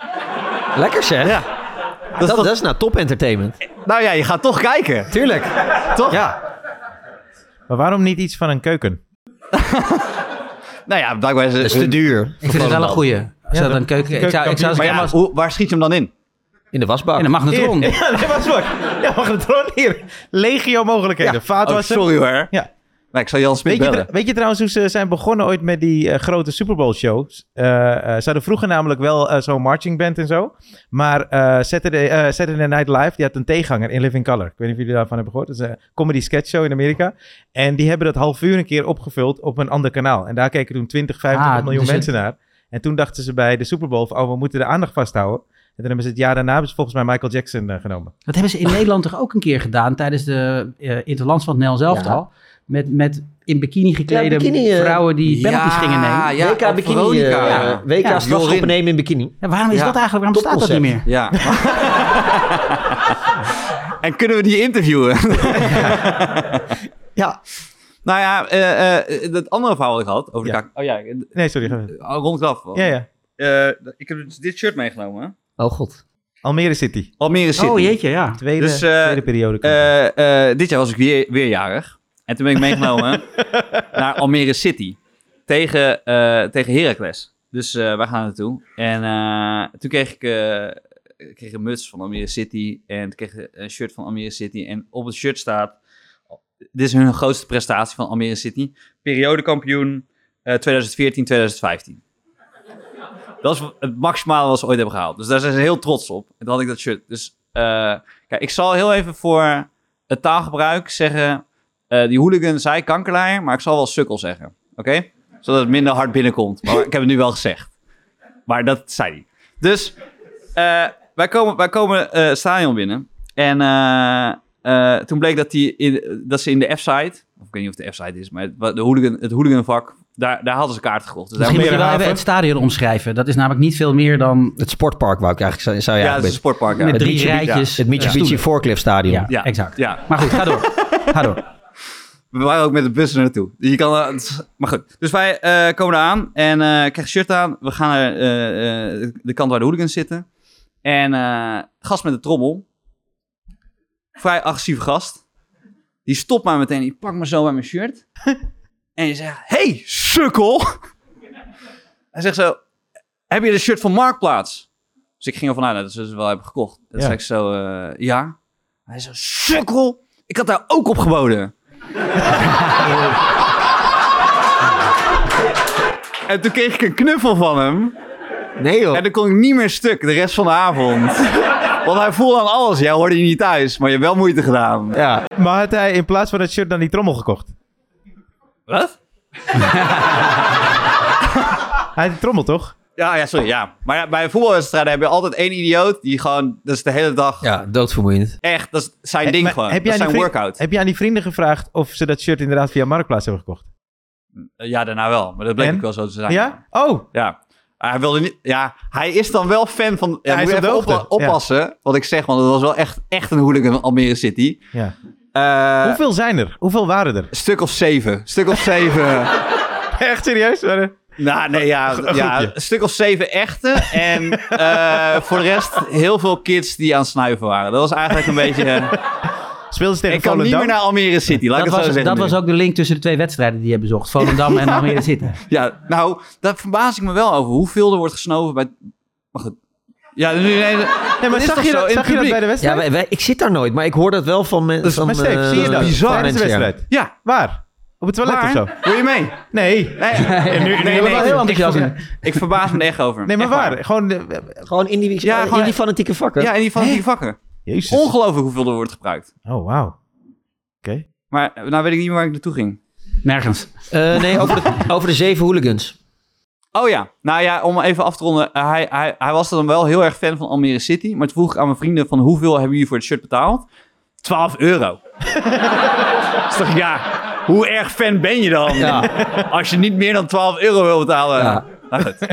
[SPEAKER 4] Lekker zeg.
[SPEAKER 1] Ja.
[SPEAKER 4] Dat, dat, dat, dat is nou top entertainment.
[SPEAKER 1] Nou ja, je gaat toch kijken.
[SPEAKER 4] Tuurlijk.
[SPEAKER 1] Toch?
[SPEAKER 4] Ja.
[SPEAKER 2] Maar waarom niet iets van een keuken?
[SPEAKER 1] Nou ja, blijkbaar is het...
[SPEAKER 4] Dat is te duur.
[SPEAKER 3] Ik vind het wel een goeie. Als
[SPEAKER 2] Ja,
[SPEAKER 3] dat een keuken... Ik zou, ik zou
[SPEAKER 1] maar ja, hoe, waar schiet je hem dan in?
[SPEAKER 4] In de wasbak.
[SPEAKER 3] in een magnetron.
[SPEAKER 2] Hier. Ja, nee, was wat. Ja, magnetron hier. Legio mogelijkheden.
[SPEAKER 1] Ja.
[SPEAKER 2] Vaatwasser.
[SPEAKER 1] Oh, sorry hoor.
[SPEAKER 2] Ja.
[SPEAKER 1] Nou, ik zal Jan Smit
[SPEAKER 2] Weet je,
[SPEAKER 1] bellen.
[SPEAKER 2] tra- weet je trouwens hoe ze zijn begonnen ooit met die uh, grote Super Bowl shows? Uh, uh, ze hadden vroeger namelijk wel uh, zo'n marching band en zo. Maar uh, Saturday, uh, Saturday Night Live, die had een tegenhanger in Living Color. Ik weet niet of jullie daarvan hebben gehoord. Dat is een comedy sketch show in Amerika. En die hebben dat half uur een keer opgevuld op een ander kanaal. En daar keken toen twintig, vijfentwintig
[SPEAKER 3] Ah,
[SPEAKER 2] miljoen
[SPEAKER 3] dus
[SPEAKER 2] mensen naar. En toen dachten ze bij de Super Bowl van, oh, we moeten de aandacht vasthouden. En toen hebben ze het jaar daarna hebben ze volgens mij Michael Jackson uh, genomen.
[SPEAKER 3] Dat hebben ze in Nederland toch ook een keer gedaan tijdens de uh, Interlands van het Nel zelf
[SPEAKER 4] Ja.
[SPEAKER 3] al. Met, met in bikini geklede
[SPEAKER 4] Ja, bikini, uh,
[SPEAKER 3] vrouwen die penalties gingen nemen.
[SPEAKER 1] Ja,
[SPEAKER 4] W K
[SPEAKER 1] op
[SPEAKER 4] bikini.
[SPEAKER 1] Veronica.
[SPEAKER 4] Uh,
[SPEAKER 3] Ja.
[SPEAKER 4] W K
[SPEAKER 3] Ja.
[SPEAKER 4] strafschoppen nemen in bikini.
[SPEAKER 3] Ja, waarom is
[SPEAKER 1] Ja.
[SPEAKER 3] dat eigenlijk? Waarom staat dat niet meer?
[SPEAKER 1] Ja. En kunnen we die interviewen?
[SPEAKER 4] Ja.
[SPEAKER 1] Nou ja, uh, uh, dat andere verhaal wat ik had over
[SPEAKER 2] Ja.
[SPEAKER 1] de K K... Oh ja,
[SPEAKER 2] Nee, sorry. Ga verder.
[SPEAKER 1] uh, rond het af.
[SPEAKER 2] Ja, ja.
[SPEAKER 1] Uh, ik heb dus dit shirt meegenomen.
[SPEAKER 4] Oh god.
[SPEAKER 2] Almere City.
[SPEAKER 1] Almere City.
[SPEAKER 3] Oh jeetje, ja.
[SPEAKER 2] Tweede,
[SPEAKER 1] Dus, uh,
[SPEAKER 2] tweede periode.
[SPEAKER 1] Uh, uh, dit jaar was ik weer, weer jarig. En toen ben ik meegenomen naar Almere City. Tegen, uh, tegen Heracles. Dus uh, wij gaan naartoe. En uh, toen kreeg ik, uh, ik kreeg een muts van Almere City. En toen kreeg ik een shirt van Almere City. En op het shirt staat... Dit is hun grootste prestatie van Almere City. Periodekampioen uh, twintig veertien twintig vijftien. Dat is het maximale wat ze ooit hebben gehaald. Dus daar zijn ze heel trots op. En dan had ik dat shirt. Dus uh, kijk, ik zal heel even voor het taalgebruik zeggen... Uh, die hooligan zei kankerlaar, maar ik zal wel sukkel zeggen. Oké? Okay? Zodat het minder hard binnenkomt. Maar ik heb het nu wel gezegd. Maar dat zei hij. Dus uh, wij komen, wij komen uh, het stadion binnen. En uh, uh, toen bleek dat, die in, dat ze in de F-site... Of ik weet niet of het de F-site is, maar het, de hooligan, het hooliganvak... Daar, daar hadden ze kaarten gekocht. Dus
[SPEAKER 3] Misschien moet je wel
[SPEAKER 2] haven.
[SPEAKER 3] even het stadion omschrijven. Dat is namelijk niet veel meer dan...
[SPEAKER 4] Het sportpark wou ik eigenlijk zou, zou je
[SPEAKER 1] ja, het is een
[SPEAKER 4] eigenlijk
[SPEAKER 1] sportpark. Ja.
[SPEAKER 3] Met
[SPEAKER 4] Het
[SPEAKER 3] drie
[SPEAKER 4] Mitsubishi-
[SPEAKER 3] rijtjes.
[SPEAKER 4] het Mitsubishi
[SPEAKER 3] Ja.
[SPEAKER 4] Forklift Stadion.
[SPEAKER 3] Ja,
[SPEAKER 1] Ja.
[SPEAKER 3] exact.
[SPEAKER 1] Ja.
[SPEAKER 3] Maar goed, ga door. Ga door.
[SPEAKER 1] We waren ook met de bus er naartoe. Je kan, uh, maar goed. Dus wij uh, komen eraan en uh, krijgen een shirt aan. We gaan naar uh, uh, de kant waar de hooligans zitten. En uh, gast met de trommel. Vrij agressieve gast. Die stopt maar meteen. Die pakt me zo bij mijn shirt. En je zegt, hey, sukkel. Hij zegt zo, heb je de shirt van Marktplaats? Dus ik ging ervan uit dat ze ze wel hebben gekocht. Dat
[SPEAKER 2] Ja.
[SPEAKER 1] zei ik zo, uh, ja. Hij zei, sukkel, ik had daar ook op geboden. En toen kreeg ik een knuffel van hem.
[SPEAKER 4] Nee joh.
[SPEAKER 1] En dan kon ik niet meer stuk de rest van de avond. Want hij voelde aan alles. Jij hoorde je niet thuis, maar je hebt wel moeite gedaan.
[SPEAKER 4] Ja.
[SPEAKER 2] Maar had hij in plaats van dat shirt dan die trommel gekocht?
[SPEAKER 1] Wat?
[SPEAKER 2] Hij had die trommel, toch?
[SPEAKER 1] Ja, ja, sorry, ja. Maar ja, bij voetbalwedstrijden heb je altijd één idioot die gewoon, dat is de hele dag
[SPEAKER 4] Ja, doodvermoeiend.
[SPEAKER 1] echt, dat is zijn
[SPEAKER 2] Hey,
[SPEAKER 1] ding
[SPEAKER 2] maar
[SPEAKER 1] gewoon.
[SPEAKER 2] heb
[SPEAKER 1] Dat
[SPEAKER 2] je
[SPEAKER 1] is
[SPEAKER 2] aan
[SPEAKER 1] zijn
[SPEAKER 2] die vriend-
[SPEAKER 1] workout.
[SPEAKER 2] Heb je aan die vrienden gevraagd of ze dat shirt inderdaad via Marktplaats hebben gekocht?
[SPEAKER 1] Ja, daarna wel, maar dat bleek
[SPEAKER 2] En?
[SPEAKER 1] ook wel zo te zijn.
[SPEAKER 2] Ja? Oh,
[SPEAKER 1] Ja. Hij wilde niet, ja, hij is dan wel fan van, ja,
[SPEAKER 2] hij
[SPEAKER 1] moet
[SPEAKER 2] is
[SPEAKER 1] je
[SPEAKER 2] op de
[SPEAKER 1] even
[SPEAKER 2] hoogte.
[SPEAKER 1] oppa- oppassen, wat ik zeg, want het was wel echt, echt een hooligan van Almere City.
[SPEAKER 2] ja.
[SPEAKER 1] Eh,
[SPEAKER 2] Hoeveel zijn er? Hoeveel waren er?
[SPEAKER 1] Stuk of zeven, stuk of zeven.
[SPEAKER 2] Echt serieus? Waren er-
[SPEAKER 1] Nou, nee, ja,
[SPEAKER 2] Een
[SPEAKER 1] ja,
[SPEAKER 2] groepje.
[SPEAKER 1] een stuk of zeven echte. En eh, voor de rest heel veel kids die aan het snuiven waren. Dat was eigenlijk een beetje... eh,
[SPEAKER 2] Speelden ze tegen
[SPEAKER 1] ik kan niet
[SPEAKER 2] Volendam?
[SPEAKER 1] meer naar Almere City, laat
[SPEAKER 3] Dat,
[SPEAKER 1] ik het zo
[SPEAKER 3] was,
[SPEAKER 1] zeggen.
[SPEAKER 3] dat
[SPEAKER 1] nu.
[SPEAKER 3] was ook de link tussen de twee wedstrijden die je bezocht. Volendam en Almere City.
[SPEAKER 1] Ja, nou, daar verbaas ik me wel over. Hoeveel er wordt gesnoven bij... Maar goed. Ja, nu... Nee,
[SPEAKER 2] Nee, maar
[SPEAKER 1] dat is
[SPEAKER 2] zag
[SPEAKER 1] toch
[SPEAKER 2] je,
[SPEAKER 1] zo
[SPEAKER 2] dat,
[SPEAKER 1] in
[SPEAKER 2] zag
[SPEAKER 1] het
[SPEAKER 2] je dat
[SPEAKER 1] publiek?
[SPEAKER 2] bij de
[SPEAKER 4] Ja,
[SPEAKER 2] wedstrijd?
[SPEAKER 4] wij, wij- ik zit daar nooit, maar ik hoor dat wel van mensen.
[SPEAKER 1] Dat
[SPEAKER 2] maar Steve, zie je dat?
[SPEAKER 1] bizar.
[SPEAKER 2] Tijdens de
[SPEAKER 4] Mensen, ja.
[SPEAKER 2] wedstrijd?
[SPEAKER 1] Ja,
[SPEAKER 2] Waar? Op het toilet
[SPEAKER 1] waar?
[SPEAKER 2] of zo?
[SPEAKER 1] Wil je mee?
[SPEAKER 2] Nee.
[SPEAKER 1] Nee,
[SPEAKER 2] En nu, nu
[SPEAKER 1] nee,
[SPEAKER 2] helemaal
[SPEAKER 1] nee,
[SPEAKER 3] heel
[SPEAKER 1] ik,
[SPEAKER 3] enthousiast.
[SPEAKER 1] ver- ik verbaas me er echt over.
[SPEAKER 2] Nee, maar
[SPEAKER 1] Echt
[SPEAKER 2] waar? Gewoon... eh,
[SPEAKER 4] Gewoon in die,
[SPEAKER 1] Ja,
[SPEAKER 4] in
[SPEAKER 1] gewoon-
[SPEAKER 4] die fanatieke vakken.
[SPEAKER 1] Ja, in die fanatieke vakken.
[SPEAKER 2] Jezus.
[SPEAKER 1] Ongelooflijk hoeveel er wordt gebruikt.
[SPEAKER 2] Oh, wauw. Oké.
[SPEAKER 1] Maar nou weet ik niet meer waar ik naartoe ging.
[SPEAKER 3] Nergens.
[SPEAKER 4] Eh, nee, over de, over de zeven hooligans.
[SPEAKER 1] Oh ja, nou ja, om even af te ronden. uh, hij, hij, hij was dan wel heel erg fan van Almere City. Maar toen vroeg ik aan mijn vrienden van hoeveel hebben jullie voor het shirt betaald? twaalf euro. Dus dacht ik, ja, hoe erg fan ben je dan?
[SPEAKER 4] Ja.
[SPEAKER 1] Als je niet meer dan twaalf euro wil betalen.
[SPEAKER 4] Ja.
[SPEAKER 1] Nou goed.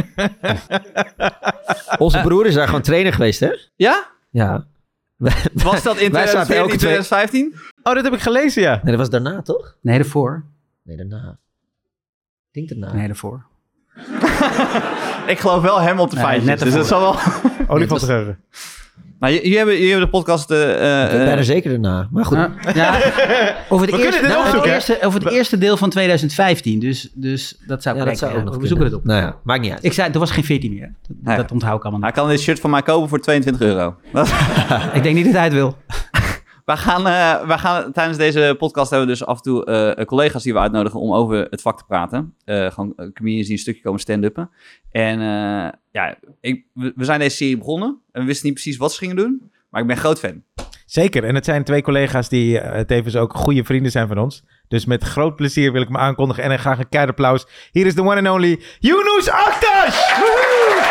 [SPEAKER 4] Onze broer is daar gewoon trainer geweest, hè?
[SPEAKER 1] Ja?
[SPEAKER 4] Ja.
[SPEAKER 1] Was dat in
[SPEAKER 4] Wij zaten
[SPEAKER 1] tweeduizend veertien,
[SPEAKER 4] elke twee-
[SPEAKER 1] tweeduizend vijftien?
[SPEAKER 2] Oh, dat heb ik gelezen, ja.
[SPEAKER 4] Nee, dat was daarna, toch?
[SPEAKER 3] Nee, daarvoor.
[SPEAKER 4] Nee, daarna. Ik denk daarna.
[SPEAKER 3] Nee, daarvoor.
[SPEAKER 1] Ik geloof wel hem op de
[SPEAKER 3] Nee,
[SPEAKER 1] feitjes.
[SPEAKER 3] net
[SPEAKER 1] Dus dat zal wel...
[SPEAKER 2] Olifantengeheugen.
[SPEAKER 1] Nou, j- jullie hebben, jullie hebben de podcast... uh,
[SPEAKER 4] Ik ben
[SPEAKER 1] uh,
[SPEAKER 4] bijna zeker daarna. Maar goed.
[SPEAKER 3] Ja, ja. Over, het
[SPEAKER 2] We
[SPEAKER 3] eerste,
[SPEAKER 2] kunnen dit
[SPEAKER 3] nou,
[SPEAKER 2] opzoeken,
[SPEAKER 3] het
[SPEAKER 2] hè?
[SPEAKER 3] eerste, over het eerste deel van tweeduizend vijftien. Dus, dus dat zou
[SPEAKER 4] Ja,
[SPEAKER 3] correct
[SPEAKER 4] dat zou ook
[SPEAKER 3] zijn.
[SPEAKER 4] nog
[SPEAKER 3] We
[SPEAKER 4] kunnen.
[SPEAKER 3] zoeken het op.
[SPEAKER 4] Nou ja, maakt niet uit.
[SPEAKER 3] Ik zei, er was geen veertien meer. Dat,
[SPEAKER 1] Nee.
[SPEAKER 3] dat onthoud ik allemaal
[SPEAKER 1] hij kan dit shirt van mij kopen voor tweeëntwintig euro.
[SPEAKER 3] niet. Ik denk niet dat hij het wil.
[SPEAKER 1] We gaan, uh, we gaan tijdens deze podcast hebben we dus af en toe uh, collega's die we uitnodigen om over het vak te praten. Uh, gewoon uh, comedians die een stukje komen stand-uppen. En uh, ja, ik, we, we zijn deze serie begonnen en we wisten niet precies wat ze gingen doen. Maar ik ben groot fan.
[SPEAKER 2] Zeker. En het zijn twee collega's die uh, tevens ook goede vrienden zijn van ons. Dus met groot plezier wil ik me aankondigen. En graag een keihard applaus. Hier is de one and only Yunus Aktaş! Woehoe!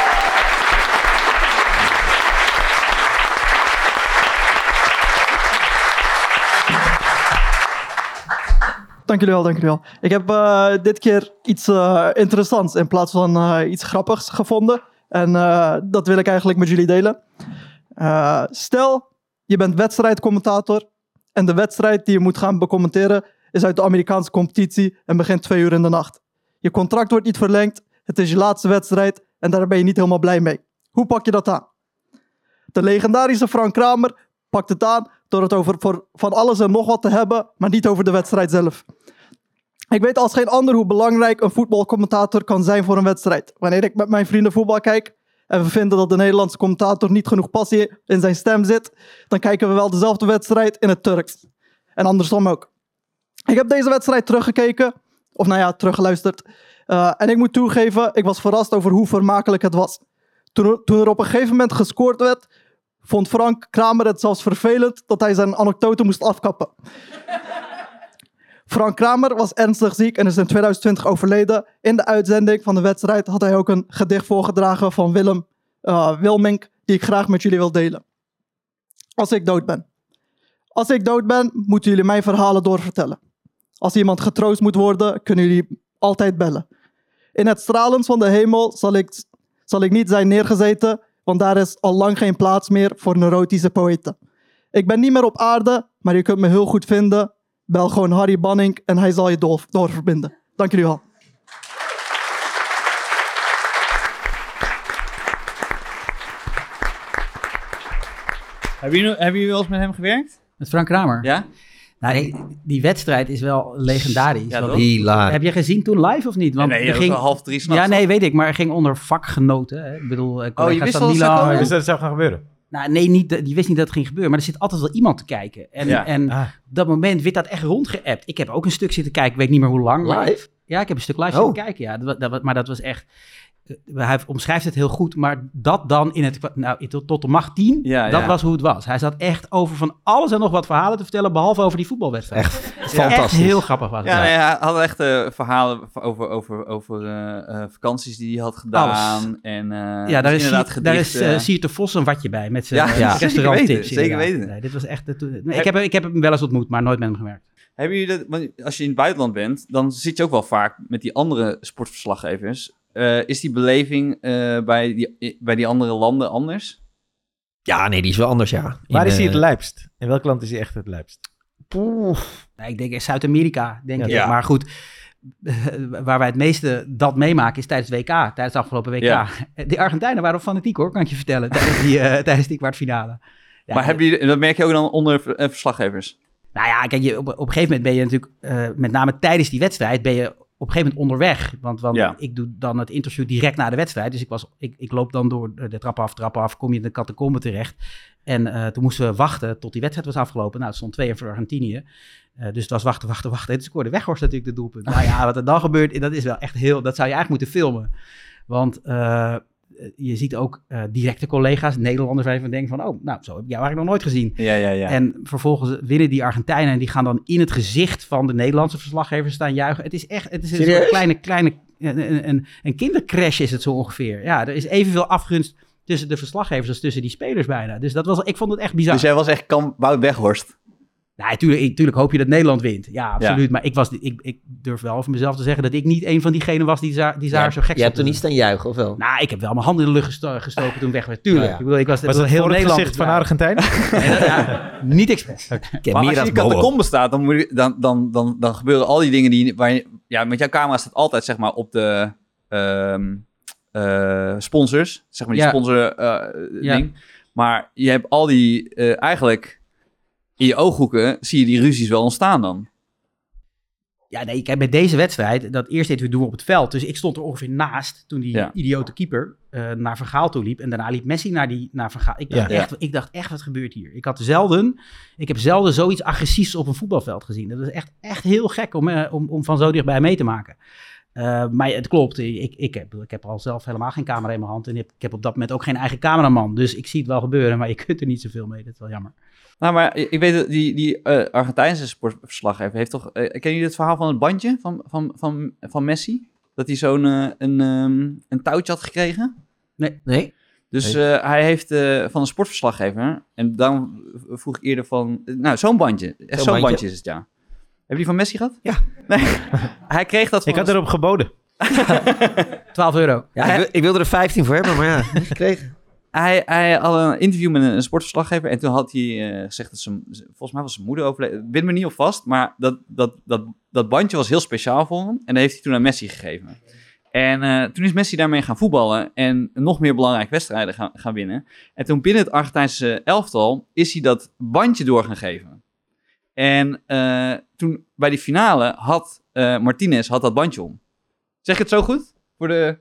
[SPEAKER 5] Dank jullie wel, dank jullie wel. Ik heb uh, dit keer iets uh, interessants in plaats van uh, iets grappigs gevonden. En uh, dat wil ik eigenlijk met jullie delen. Uh, stel, je bent wedstrijdcommentator en de wedstrijd die je moet gaan becommenteren is uit de Amerikaanse competitie en begint twee uur in de nacht. Je contract wordt niet verlengd, het is je laatste wedstrijd en daar ben je niet helemaal blij mee. Hoe pak je dat aan? De legendarische Frank Kramer pakt het aan door het over voor van alles en nog wat te hebben, maar niet over de wedstrijd zelf. Ik weet als geen ander hoe belangrijk een voetbalcommentator kan zijn voor een wedstrijd. Wanneer ik met mijn vrienden voetbal kijk en we vinden dat de Nederlandse commentator niet genoeg passie in zijn stem zit, dan kijken we wel dezelfde wedstrijd in het Turks. En andersom ook. Ik heb deze wedstrijd teruggekeken, of nou ja, teruggeluisterd. Uh, en ik moet toegeven, ik was verrast over hoe vermakelijk het was. Toen, toen er op een gegeven moment gescoord werd, vond Frank Kramer het zelfs vervelend dat hij zijn anekdote moest afkappen. Frank Kramer was ernstig ziek en is in tweeduizend twintig overleden. In de uitzending van de wedstrijd had hij ook een gedicht voorgedragen van Willem uh, Wilmink, die ik graag met jullie wil delen. Als ik dood ben. Als ik dood ben, moeten jullie mijn verhalen doorvertellen. Als iemand getroost moet worden, kunnen jullie altijd bellen. In het stralens van de hemel zal ik, zal ik niet zijn neergezeten, want daar is al lang geen plaats meer voor neurotische poëten. Ik ben niet meer op aarde, maar je kunt me heel goed vinden. Bel gewoon Harry Banning en hij zal je door, doorverbinden. Dank jullie wel.
[SPEAKER 1] Hebben jullie, hebben jullie wel eens met hem gewerkt?
[SPEAKER 3] Met Frank Kramer?
[SPEAKER 1] Ja?
[SPEAKER 3] Nou, die, die wedstrijd is wel legendarisch.
[SPEAKER 1] Ja,
[SPEAKER 3] Want
[SPEAKER 1] toch?
[SPEAKER 4] Hilaar.
[SPEAKER 3] heb je gezien toen live of niet? Want
[SPEAKER 1] nee,
[SPEAKER 3] er
[SPEAKER 1] dat
[SPEAKER 3] ging,
[SPEAKER 1] was wel half drie s'nachts.
[SPEAKER 3] Ja, nee, weet ik. Maar er ging onder vakgenoten. Hè. Ik bedoel,
[SPEAKER 1] je
[SPEAKER 3] collega's
[SPEAKER 1] wist
[SPEAKER 3] van
[SPEAKER 1] al dat het zou
[SPEAKER 3] Milan.
[SPEAKER 1] komen?
[SPEAKER 2] Dus dat zou gaan gebeuren.
[SPEAKER 3] Nou, nee, niet, die wist niet dat het ging gebeuren. Maar er zit altijd wel iemand te kijken. En,
[SPEAKER 1] Ja.
[SPEAKER 3] en
[SPEAKER 2] Ah.
[SPEAKER 3] op dat moment werd dat echt rondgeappt. Ik heb ook een stuk zitten kijken. Ik weet niet meer hoe lang. maar-
[SPEAKER 4] Live?
[SPEAKER 3] Ja, ik heb een stuk live
[SPEAKER 4] Oh.
[SPEAKER 3] zitten kijken. Ja, dat, wa- dat, wa- maar dat was echt... eh, Hij omschrijft het heel goed, maar dat dan in het... Nou, in- tot, tot de macht tien,
[SPEAKER 1] Ja,
[SPEAKER 3] dat
[SPEAKER 1] ja.
[SPEAKER 3] was hoe het was. Hij zat echt over van alles en nog wat verhalen te vertellen, behalve over die voetbalwedstrijd.
[SPEAKER 4] Echt
[SPEAKER 3] Echt
[SPEAKER 4] fantastisch.
[SPEAKER 3] heel grappig was het.
[SPEAKER 1] Ja, nee, hij had echt eh, verhalen over, over, over eh, eh, vakanties die hij had gedaan. En, eh,
[SPEAKER 3] Ja,
[SPEAKER 1] dus
[SPEAKER 3] daar is,
[SPEAKER 1] inderdaad
[SPEAKER 3] Siert, daar is
[SPEAKER 1] gedichten.
[SPEAKER 3] uh, Siert de Vos een watje bij met zijn
[SPEAKER 1] Ja,
[SPEAKER 3] ja,
[SPEAKER 4] ja,
[SPEAKER 1] zeker
[SPEAKER 3] restauranttips.
[SPEAKER 1] weten, zeker
[SPEAKER 3] inderdaad.
[SPEAKER 1] weten.
[SPEAKER 3] Nee, dit was echt... De, nee, ik, heb, ik heb hem wel eens ontmoet, maar nooit met hem gewerkt.
[SPEAKER 1] Hebben jullie dat, want als je in het buitenland bent, dan zit je ook wel vaak met die andere sportverslaggevers. Eh, is die beleving eh, bij, die, bij die andere landen anders?
[SPEAKER 4] Ja, nee, die is wel anders, ja.
[SPEAKER 2] Waar
[SPEAKER 4] In,
[SPEAKER 2] is hij het
[SPEAKER 4] eh,
[SPEAKER 2] lijpst? In welk land is hij echt het lijpst?
[SPEAKER 3] Nee, ik denk in Zuid-Amerika, denk
[SPEAKER 2] Ja.
[SPEAKER 3] ik.
[SPEAKER 1] Ja.
[SPEAKER 3] Maar goed, waar wij het meeste dat meemaken is tijdens het W K, tijdens het afgelopen W K.
[SPEAKER 1] Ja.
[SPEAKER 3] De Argentijnen waren fanatiek hoor, kan ik je vertellen, tijdens die, uh, tijdens die kwartfinale. Ja,
[SPEAKER 1] maar hebben jullie, dat merk je ook dan onder ver- eh, verslaggevers?
[SPEAKER 3] Nou ja, kijk, je, op, op een gegeven moment ben je natuurlijk, uh, met name tijdens die wedstrijd, ben je op een gegeven moment onderweg. Want, want
[SPEAKER 1] Ja.
[SPEAKER 3] ik doe dan het interview direct na de wedstrijd. Dus ik, was, ik, ik loop dan door de trap af, trap af, kom je in de catacombe terecht. En uh, toen moesten we wachten tot die wedstrijd was afgelopen. Nou, het stond twee voor Argentinië. Uh, dus het was wachten, wachten, wachten. En toen scoorde Weghorst natuurlijk de doelpunt. Nou ja, wat er dan gebeurt, dat is wel echt heel... Dat zou je eigenlijk moeten filmen. Want uh, je ziet ook uh, directe collega's, Nederlanders, waar je van denkt van... Oh, nou, zo heb ik jou eigenlijk nog nooit gezien.
[SPEAKER 1] Ja, ja, ja.
[SPEAKER 3] En vervolgens winnen die Argentijnen en die gaan dan in het gezicht van de Nederlandse verslaggevers staan juichen. Het is echt, het is een soort kleine, kleine, een, een, een kindercrash is het zo ongeveer. Ja, er is evenveel afgunst tussen de verslaggevers als tussen die spelers bijna. Dus dat was, ik vond het echt bizar.
[SPEAKER 1] Dus jij was echt kamp Wout Weghorst?
[SPEAKER 3] Nou, tuurlijk, tuurlijk hoop je dat Nederland wint. Ja, absoluut.
[SPEAKER 1] Ja.
[SPEAKER 3] Maar ik, was, ik, ik durf wel over mezelf te zeggen dat ik niet een van diegenen was die, za- die daar
[SPEAKER 4] Ja,
[SPEAKER 3] zo gek
[SPEAKER 4] je hebt er niet staan juichen, of wel?
[SPEAKER 3] Nou, ik heb wel mijn handen in de lucht gesto- gestoken toen weg werd. Tuurlijk.
[SPEAKER 4] Oh ja.
[SPEAKER 3] Ik bedoel, ik was,
[SPEAKER 2] Was
[SPEAKER 3] was
[SPEAKER 2] het
[SPEAKER 3] heel
[SPEAKER 2] voor het
[SPEAKER 3] Nederland
[SPEAKER 2] gezicht van Argentijn?
[SPEAKER 3] Nee, dat- ja, niet expres.
[SPEAKER 1] Maar als je
[SPEAKER 4] Miras
[SPEAKER 1] in de
[SPEAKER 4] Bobo.
[SPEAKER 1] catacombe staat, dan, moet je, dan, dan, dan, dan gebeuren al die dingen die... Waar je, ja, met jouw camera staat altijd zeg maar op de ehm, eh, sponsors. Zeg maar die
[SPEAKER 3] Ja.
[SPEAKER 1] sponsor eh,
[SPEAKER 3] Ja.
[SPEAKER 1] ding. Maar je hebt al die... eh, eigenlijk in je ooghoeken zie je die ruzies wel ontstaan dan.
[SPEAKER 3] Ja, nee, kijk, bij deze wedstrijd, dat eerste interview doen we op het veld. Dus ik stond er ongeveer naast toen die
[SPEAKER 1] Ja.
[SPEAKER 3] idiote keeper uh, naar Van Gaal toe liep. En daarna liep Messi naar, die, naar Van Gaal. Ik dacht,
[SPEAKER 2] Ja.
[SPEAKER 3] echt, ik dacht echt, wat gebeurt hier? Ik had zelden, ik heb zelden zoiets agressiefs op een voetbalveld gezien. Dat is echt, echt heel gek om, uh, om, om van zo dichtbij mee te maken. Uh, maar het klopt, ik, ik, heb, ik heb al zelf helemaal geen camera in mijn hand. En ik heb op dat moment ook geen eigen cameraman. Dus ik zie het wel gebeuren, maar je kunt er niet zoveel mee. Dat is wel jammer.
[SPEAKER 1] Nou, maar ik weet dat die, die uh, Argentijnse sportverslaggever heeft toch... Uh, kennen jullie het verhaal van het bandje van, van, van, van Messi? Dat hij zo'n uh, een, um, een touwtje had gekregen?
[SPEAKER 3] Nee.
[SPEAKER 4] Nee?
[SPEAKER 1] Dus uh, hij heeft uh, van een sportverslaggever... En dan vroeg ik eerder van... Nou, zo'n bandje. Echt zo'n, zo'n bandje. bandje is het, ja. Heb je die van Messi gehad?
[SPEAKER 4] Ja.
[SPEAKER 1] Nee. Hij kreeg dat van...
[SPEAKER 2] Ik had erop geboden.
[SPEAKER 3] twaalf euro.
[SPEAKER 4] Ja, ik, wil, ik wilde er vijftien voor hebben, maar ja, niet gekregen.
[SPEAKER 1] Hij, hij had een interview met een, een sportverslaggever en toen had hij uh, gezegd dat zijn, volgens mij was zijn moeder overleden. Ik weet me niet op vast, maar dat, dat, dat, dat bandje was heel speciaal voor hem en dat heeft hij toen aan Messi gegeven. En uh, toen is Messi daarmee gaan voetballen en nog meer belangrijke wedstrijden gaan, gaan winnen. En toen binnen het Argentijnse elftal is hij dat bandje door gaan geven. En uh, toen bij die finale had uh, Martinez had dat bandje om. Zeg ik het zo goed? Voor de...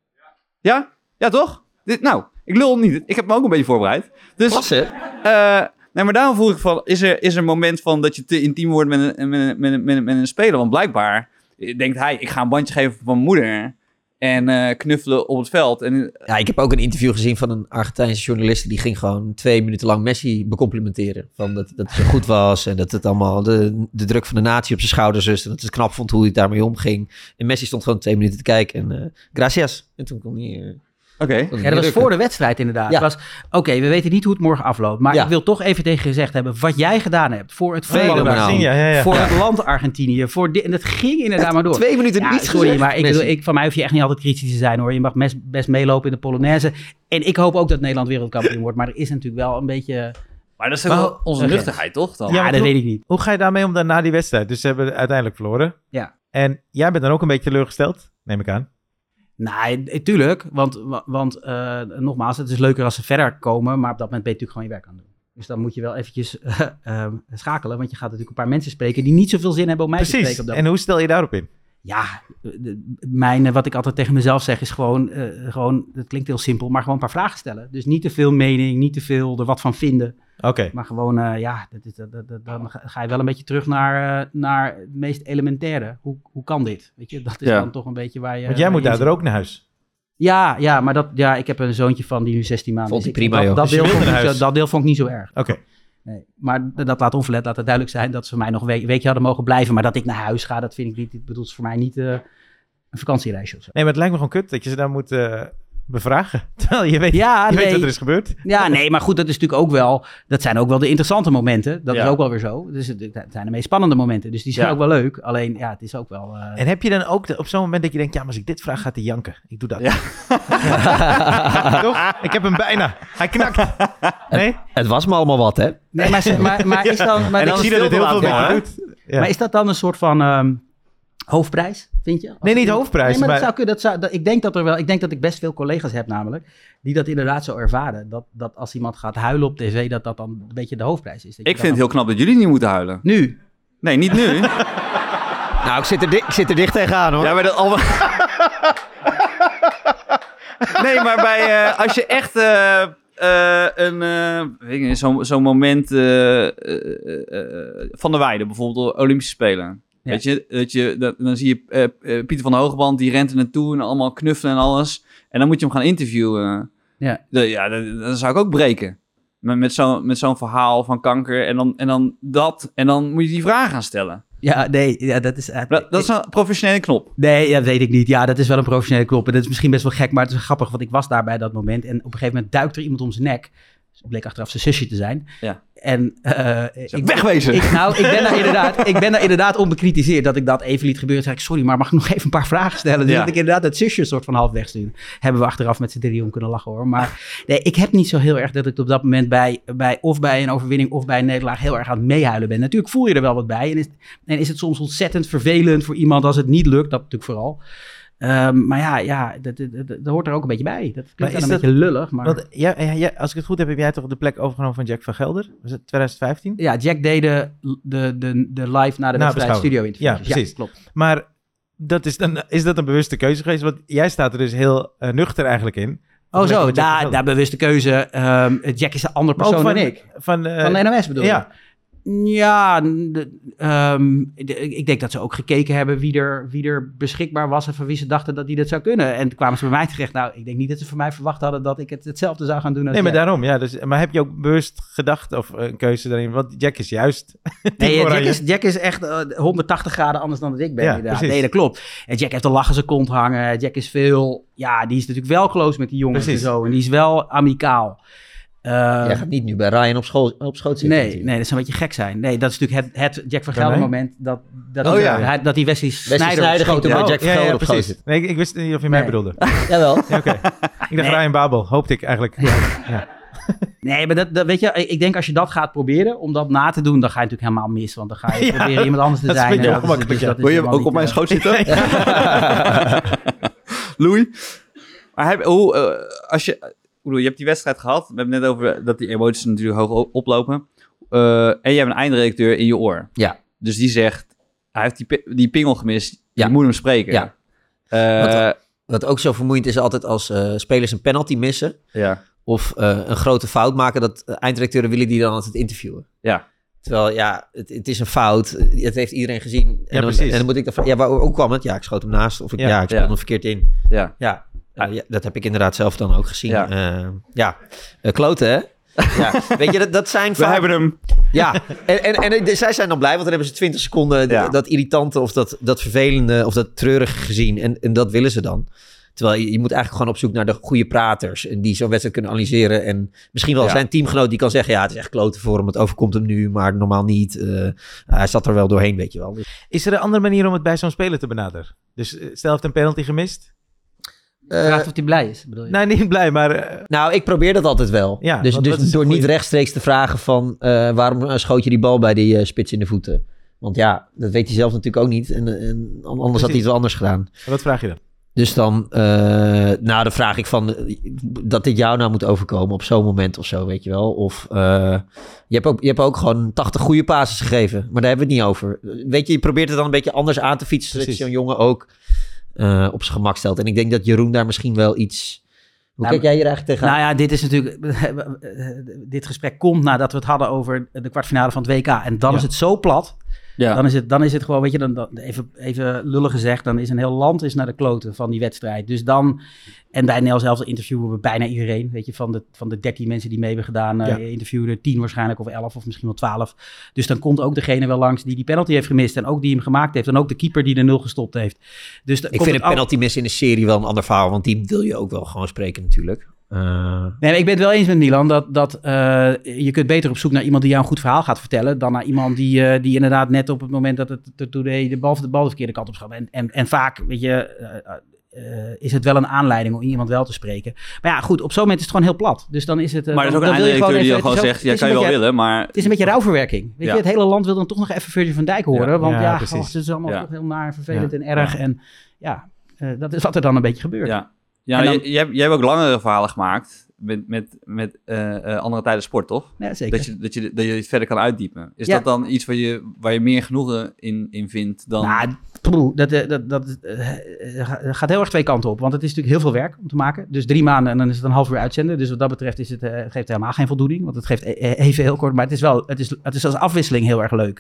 [SPEAKER 1] Ja? Ja, toch? Dit, nou... Ik lul niet. Ik heb me ook een beetje voorbereid. Dus,
[SPEAKER 4] Klasse.
[SPEAKER 1] Uh, nee, maar daarom vroeg ik van... Is er, is er een moment van dat je te intiem wordt met een, met, met, met, met een speler? Want blijkbaar denkt hij... Ik ga een bandje geven van mijn moeder... En uh, knuffelen op het veld. En,
[SPEAKER 4] ja, ik heb ook een interview gezien van een Argentijnse journalist... die ging gewoon twee minuten lang Messi becomplimenteren. Van dat, dat het zo goed was en dat het allemaal de, de druk van de natie op zijn schouders rust. En dat het knap vond hoe hij daarmee omging. En Messi stond gewoon twee minuten te kijken en uh, gracias. En toen kon hij... Uh,
[SPEAKER 1] Oké. Okay.
[SPEAKER 3] Ja, dat was voor de wedstrijd inderdaad.
[SPEAKER 4] Ja.
[SPEAKER 3] Oké, okay, we weten niet hoe het morgen afloopt. Maar ja. ik wil toch even tegen je gezegd hebben... wat jij gedaan hebt voor het voetballen,
[SPEAKER 2] ja, ja, ja.
[SPEAKER 3] voor het land Argentinië. Voor di- en dat ging inderdaad maar door.
[SPEAKER 4] Twee minuten
[SPEAKER 3] ja,
[SPEAKER 4] niet
[SPEAKER 3] sorry,
[SPEAKER 4] gezegd,
[SPEAKER 3] maar ik bedoel, ik, van mij hoef je echt niet altijd kritisch te zijn hoor. Je mag best, best meelopen in de Polonaise. En ik hoop ook dat Nederland wereldkampioen wordt. Maar er is natuurlijk wel een beetje...
[SPEAKER 1] Maar dat is wel oh, onze nuchterheid, toch? Dan?
[SPEAKER 3] Ja, ja dat
[SPEAKER 2] hoe,
[SPEAKER 3] weet ik niet.
[SPEAKER 2] Hoe ga je daarmee om dan na die wedstrijd? Dus ze hebben uiteindelijk verloren.
[SPEAKER 3] Ja.
[SPEAKER 2] En jij bent dan ook een beetje teleurgesteld, neem ik aan.
[SPEAKER 3] Nee, tuurlijk. Want, want uh, nogmaals, het is leuker als ze verder komen. Maar op dat moment ben je natuurlijk gewoon je werk aan het doen. Dus dan moet je wel eventjes uh, uh, schakelen. Want je gaat natuurlijk een paar mensen spreken die niet zoveel zin hebben om mij
[SPEAKER 2] Precies.
[SPEAKER 3] te spreken. Op dat
[SPEAKER 2] En hoe stel je daarop in?
[SPEAKER 3] Ja, mijn, wat ik altijd tegen mezelf zeg is gewoon, uh, gewoon, het klinkt heel simpel, maar gewoon een paar vragen stellen. Dus niet te veel mening, niet te veel er wat van vinden.
[SPEAKER 2] Oké. Okay.
[SPEAKER 3] Maar gewoon, uh, ja, dat is, dat, dat, dat, dan ga je wel een beetje terug naar, uh, naar het meest elementaire. Hoe, hoe kan dit? Weet je, dat is ja. dan toch een beetje waar je...
[SPEAKER 2] Want jij moet daardoor ook naar huis.
[SPEAKER 3] Ja, ja, maar dat, ja, ik heb een zoontje van die nu zestien maanden
[SPEAKER 4] vond
[SPEAKER 3] is.
[SPEAKER 4] Vond hij prima,
[SPEAKER 3] dat,
[SPEAKER 4] joh.
[SPEAKER 3] Dat, deel vond ik zo, dat deel vond ik niet zo erg.
[SPEAKER 2] Oké. Okay.
[SPEAKER 3] Nee, maar dat laat onverlet, laat het duidelijk zijn dat ze mij nog een week, weekje hadden mogen blijven. Maar dat ik naar huis ga, dat vind ik niet, ik bedoel, het is voor mij niet uh, een vakantiereisje of zo.
[SPEAKER 2] Nee, maar het lijkt me gewoon kut dat je ze dan moet uh, bevragen. Terwijl je weet,
[SPEAKER 3] ja,
[SPEAKER 2] je
[SPEAKER 3] nee.
[SPEAKER 2] weet wat er is gebeurd.
[SPEAKER 3] Ja, nee, maar goed, dat is natuurlijk ook wel, dat zijn ook wel de interessante momenten. Dat ja. is ook wel weer zo. Dus het, het zijn de meest spannende momenten. Dus die zijn ja. ook wel leuk. Alleen, ja, het is ook wel... Uh...
[SPEAKER 2] En heb je dan ook de, op zo'n moment dat je denkt, ja, maar als ik dit vraag, gaat hij janken. Ik doe dat.
[SPEAKER 1] Ja.
[SPEAKER 2] Toch? Ik heb hem bijna. Hij knakt. Nee?
[SPEAKER 4] Het, het was me allemaal wat, hè?
[SPEAKER 3] Nee, maar, maar, maar is dan... Maar
[SPEAKER 2] en dan zie je dat het heel veel met je doet.
[SPEAKER 3] Ja. Maar is dat dan een soort van... Um, hoofdprijs, vind je? Als
[SPEAKER 2] nee, niet hoofdprijs.
[SPEAKER 3] Nee, maar,
[SPEAKER 2] maar...
[SPEAKER 3] Dat zou kunnen, dat zou, dat, ik denk dat er wel, ik denk dat ik best veel collega's heb namelijk, die dat inderdaad zo ervaren. Dat, dat als iemand gaat huilen op tv, dat dat dan een beetje de hoofdprijs is. Dat
[SPEAKER 1] ik vind het heel knap dat jullie niet moeten huilen.
[SPEAKER 3] Nu?
[SPEAKER 1] Nee, niet nu.
[SPEAKER 4] Nou, ik zit, er di- ik zit er dicht tegenaan, hoor.
[SPEAKER 1] Ja, maar dat allemaal... nee, maar bij, uh, als je echt... Uh... Uh, een, uh, weet ik, zo'n, zo'n moment uh, uh, uh, van der Weijden, bijvoorbeeld de Olympische Spelen. Ja. Weet je, dat je dat, dan zie je uh, uh, Pieter van der Hogeband, die rent er naartoe en allemaal knuffelen en alles. En dan moet je hem gaan interviewen.
[SPEAKER 3] Ja,
[SPEAKER 1] de, ja dat, dat zou ik ook breken. Met, met, zo, met zo'n verhaal van kanker en dan, en dan dat. En dan moet je die vraag gaan stellen.
[SPEAKER 3] Ja, nee, ja, dat is... Uh,
[SPEAKER 1] dat, dat is een professionele knop.
[SPEAKER 3] Nee, dat weet ik niet. Ja, dat is wel een professionele knop. En dat is misschien best wel gek, maar het is grappig, want ik was daar bij dat moment. En op een gegeven moment duikt er iemand om zijn nek. Het bleek achteraf zijn zusje te zijn.
[SPEAKER 1] Ja.
[SPEAKER 3] En uh,
[SPEAKER 1] ik wegwezen.
[SPEAKER 3] Ik, nou, ik ben daar inderdaad, ik ben daar inderdaad om bekritiseerd dat ik dat even liet gebeuren. Toen zei ik, sorry, maar mag ik nog even een paar vragen stellen? Dus ja. dat ik inderdaad het zusje soort van half wegstuurde. Hebben we achteraf met z'n drieën om kunnen lachen, hoor. Maar nee, ik heb niet zo heel erg dat ik op dat moment bij, bij of bij een overwinning of bij een nederlaag heel erg aan het meehuilen ben. Natuurlijk voel je er wel wat bij. En is, en is het soms ontzettend vervelend voor iemand als het niet lukt. Dat natuurlijk vooral. Um, maar ja, ja dat, dat, dat, dat hoort er ook een beetje bij. Dat klinkt wel een dat, beetje lullig. Maar...
[SPEAKER 2] Want, ja, ja, als ik het goed heb, heb jij toch de plek overgenomen van Jack van Gelder? Was het twintig vijftien?
[SPEAKER 3] Ja, Jack deed de, de, de, de live na de
[SPEAKER 2] nou,
[SPEAKER 3] wedstrijd studio interviews.
[SPEAKER 2] Ja, precies.
[SPEAKER 3] Ja, klopt.
[SPEAKER 2] Maar dat is, dan, is dat een bewuste keuze geweest? Want jij staat er dus heel uh, nuchter eigenlijk in.
[SPEAKER 3] Oh zo, daar da, bewuste keuze. Um, Jack is een andere persoon
[SPEAKER 2] van,
[SPEAKER 3] dan ik.
[SPEAKER 2] Van, uh,
[SPEAKER 3] van de N O S bedoel je?
[SPEAKER 2] Ja.
[SPEAKER 3] Ja, de, um, de, ik denk dat ze ook gekeken hebben wie er, wie er beschikbaar was en van wie ze dachten dat die dat zou kunnen. En toen kwamen ze bij mij terecht. Nou, ik denk niet dat ze van mij verwacht hadden dat ik het hetzelfde zou gaan doen als
[SPEAKER 2] Nee, maar
[SPEAKER 3] Jack.
[SPEAKER 2] daarom, ja. Dus, maar heb je ook bewust gedacht of een keuze daarin? Want Jack is juist...
[SPEAKER 3] nee, Jack is, Jack is echt uh, honderdtachtig graden anders dan dat ik ben.
[SPEAKER 2] Ja,
[SPEAKER 3] inderdaad. Nee, dat klopt. En Jack heeft een lach aan zijn kont hangen. Jack is veel... Ja, die is natuurlijk wel close met die jongens precies. En zo. En die is wel amicaal. Uh,
[SPEAKER 4] Jij gaat niet nu bij Ryan op, school, op schoot zitten.
[SPEAKER 3] Nee, nee, dat zou een beetje gek zijn. Nee, dat is natuurlijk het, het Jack van Gelder moment dat, dat,
[SPEAKER 4] oh,
[SPEAKER 3] die,
[SPEAKER 4] ja.
[SPEAKER 3] hij, dat die Wesley Sneijder op schoot
[SPEAKER 4] bij Jack van
[SPEAKER 2] ja,
[SPEAKER 4] Gelder
[SPEAKER 2] ja,
[SPEAKER 4] op schoot zit.
[SPEAKER 2] Nee, ik, ik wist niet of je mij
[SPEAKER 3] nee.
[SPEAKER 2] bedoelde.
[SPEAKER 4] Jawel.
[SPEAKER 2] Ja, oké. Okay. Ik dacht nee. Ryan Babel, hoopte ik eigenlijk.
[SPEAKER 3] Ja. Ja. Nee, maar dat, dat, weet je, ik denk als je dat gaat proberen, om dat na te doen, dan ga je natuurlijk helemaal mis. Want dan ga je ja, proberen iemand anders te
[SPEAKER 2] dat
[SPEAKER 3] zijn.
[SPEAKER 2] Is
[SPEAKER 3] en
[SPEAKER 2] dat is, dus,
[SPEAKER 1] dus wil je ook op mijn schoot zitten? Louis? Maar heb, hoe, uh, als je... Je hebt die wedstrijd gehad. We hebben net over dat die emoties natuurlijk hoog oplopen. Uh, en je hebt een eindredacteur in je oor.
[SPEAKER 4] Ja.
[SPEAKER 1] Dus die zegt, hij heeft die, die pingel gemist. Ja. Je moet hem spreken.
[SPEAKER 4] Ja. Uh, wat, wat ook zo vermoeiend is altijd als uh, spelers een penalty missen.
[SPEAKER 1] Ja.
[SPEAKER 4] Of uh, een grote fout maken. Dat uh, eindredacteuren willen die dan altijd interviewen.
[SPEAKER 1] Ja.
[SPEAKER 4] Terwijl, ja, het, het is een fout. Het heeft iedereen gezien. En,
[SPEAKER 2] ja,
[SPEAKER 4] dan, en dan moet ik dan vragen, ja, waar, hoe kwam het? Ja, ik schoot hem naast. Of ik, ja. ja, ik speelde ja. hem verkeerd in.
[SPEAKER 1] Ja.
[SPEAKER 4] Ja. Uh, ja, dat heb ik inderdaad zelf dan ook gezien. Ja, uh, ja. Uh, kloten, hè? Ja. Weet je, dat, dat zijn
[SPEAKER 1] We vaak... hebben hem.
[SPEAKER 4] Ja, en, en, en, en zij zijn dan blij, want dan hebben ze twintig seconden ja. dat irritante of dat, dat vervelende of dat treurige gezien. En, en dat willen ze dan. Terwijl je, je moet eigenlijk gewoon op zoek naar de goede praters en die zo'n wedstrijd kunnen analyseren. En misschien wel ja. zijn teamgenoot die kan zeggen, ja, het is echt kloten voor hem, het overkomt hem nu, maar normaal niet. Uh, hij zat er wel doorheen, weet je wel.
[SPEAKER 2] Is er een andere manier om het bij zo'n speler te benaderen? Dus stel, hij heeft een penalty gemist...
[SPEAKER 3] Vraagt uh, of hij blij is, bedoel je?
[SPEAKER 2] Nee, niet blij, maar... Uh...
[SPEAKER 4] Nou, ik probeer dat altijd wel. Ja, dus dus door niet rechtstreeks te vragen van... Uh, waarom schoot je die bal bij die uh, spits in de voeten? Want ja, dat weet hij zelf natuurlijk ook niet. En, en anders Precies. had hij het wel anders gedaan.
[SPEAKER 2] Wat vraag je dan?
[SPEAKER 4] Dus dan, uh, nou, dan vraag ik van uh, dat dit jou nou moet overkomen op zo'n moment of zo, weet je wel. Of uh, je, hebt ook, je hebt ook gewoon tachtig goede passes gegeven, maar daar hebben we het niet over. Weet je, je probeert het dan een beetje anders aan te fietsen, zodat je zo'n jongen ook uh, op zijn gemak stelt. En ik denk dat Jeroen daar misschien wel iets... Hoe nou, kijk jij hier eigenlijk tegenaan?
[SPEAKER 3] Nou ja, dit is natuurlijk... dit gesprek komt nadat we het hadden over de kwartfinale van het W K. En dan ja. is het zo plat... Ja. Dan, is het, dan is het gewoon, weet je, dan, dan, even, even lullig gezegd, dan is een heel land is naar de kloten van die wedstrijd. Dus dan, en bij Nel zelf interviewen we bijna iedereen, weet je, van de, van de dertien mensen die mee hebben gedaan, ja. uh, interviewden tien waarschijnlijk of elf of misschien wel twaalf. Dus dan komt ook degene wel langs die die penalty heeft gemist en ook die hem gemaakt heeft en ook de keeper die de nul gestopt heeft. Dus
[SPEAKER 4] ik vind een al... penalty missen in de serie wel een ander verhaal, want die wil je ook wel gewoon spreken natuurlijk.
[SPEAKER 3] Uh... Nee, maar ik ben het wel eens met Milan dat, dat uh, je kunt beter op zoek naar iemand die jou een goed verhaal gaat vertellen dan naar iemand die, uh, die inderdaad net op het moment dat het toen de, de, bal, de bal de verkeerde kant op schoot. En, en, en vaak, weet je, uh, uh, is het wel een aanleiding om iemand wel te spreken. Maar ja, goed, op zo'n moment is het gewoon heel plat. Dus dan is het... Uh,
[SPEAKER 1] maar er is ook een eindredacteur die dan gewoon zegt, ja, kan je wel beetje, willen, maar...
[SPEAKER 3] Het is een beetje rouwverwerking. Weet ja. je, het hele land wil dan toch nog even Virgil van Dijk horen, ja. want ja, ja oh, het is allemaal ja. heel naar, vervelend ja. en erg. Ja. En ja, uh, dat is wat er dan een beetje gebeurt.
[SPEAKER 1] Ja. Ja, dan, je, je, hebt, je hebt ook langere verhalen gemaakt met, met, met uh, uh, andere tijden sport, toch?
[SPEAKER 3] Ja, zeker.
[SPEAKER 1] Dat je, dat je, dat je het verder kan uitdiepen. Is ja. dat dan iets waar je, waar je meer genoegen in, in vindt dan...
[SPEAKER 3] Nou, broer, dat, dat, dat uh, gaat heel erg twee kanten op. Want het is natuurlijk heel veel werk om te maken. Dus drie maanden en dan is het een half uur uitzenden. Dus wat dat betreft is het, uh, het geeft helemaal geen voldoening. Want het geeft even heel kort. Maar het is wel, het is, het is als afwisseling heel erg leuk.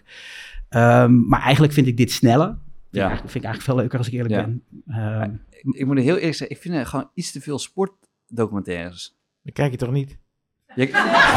[SPEAKER 3] Um, maar eigenlijk vind ik dit sneller. Ja. Vind ik eigenlijk veel leuker als ik eerlijk ja. ben. Uh,
[SPEAKER 1] ik, ik moet er heel eerlijk zeggen, ik vind er gewoon iets te veel sportdocumentaires.
[SPEAKER 2] Dat kijk je toch niet?
[SPEAKER 1] Je...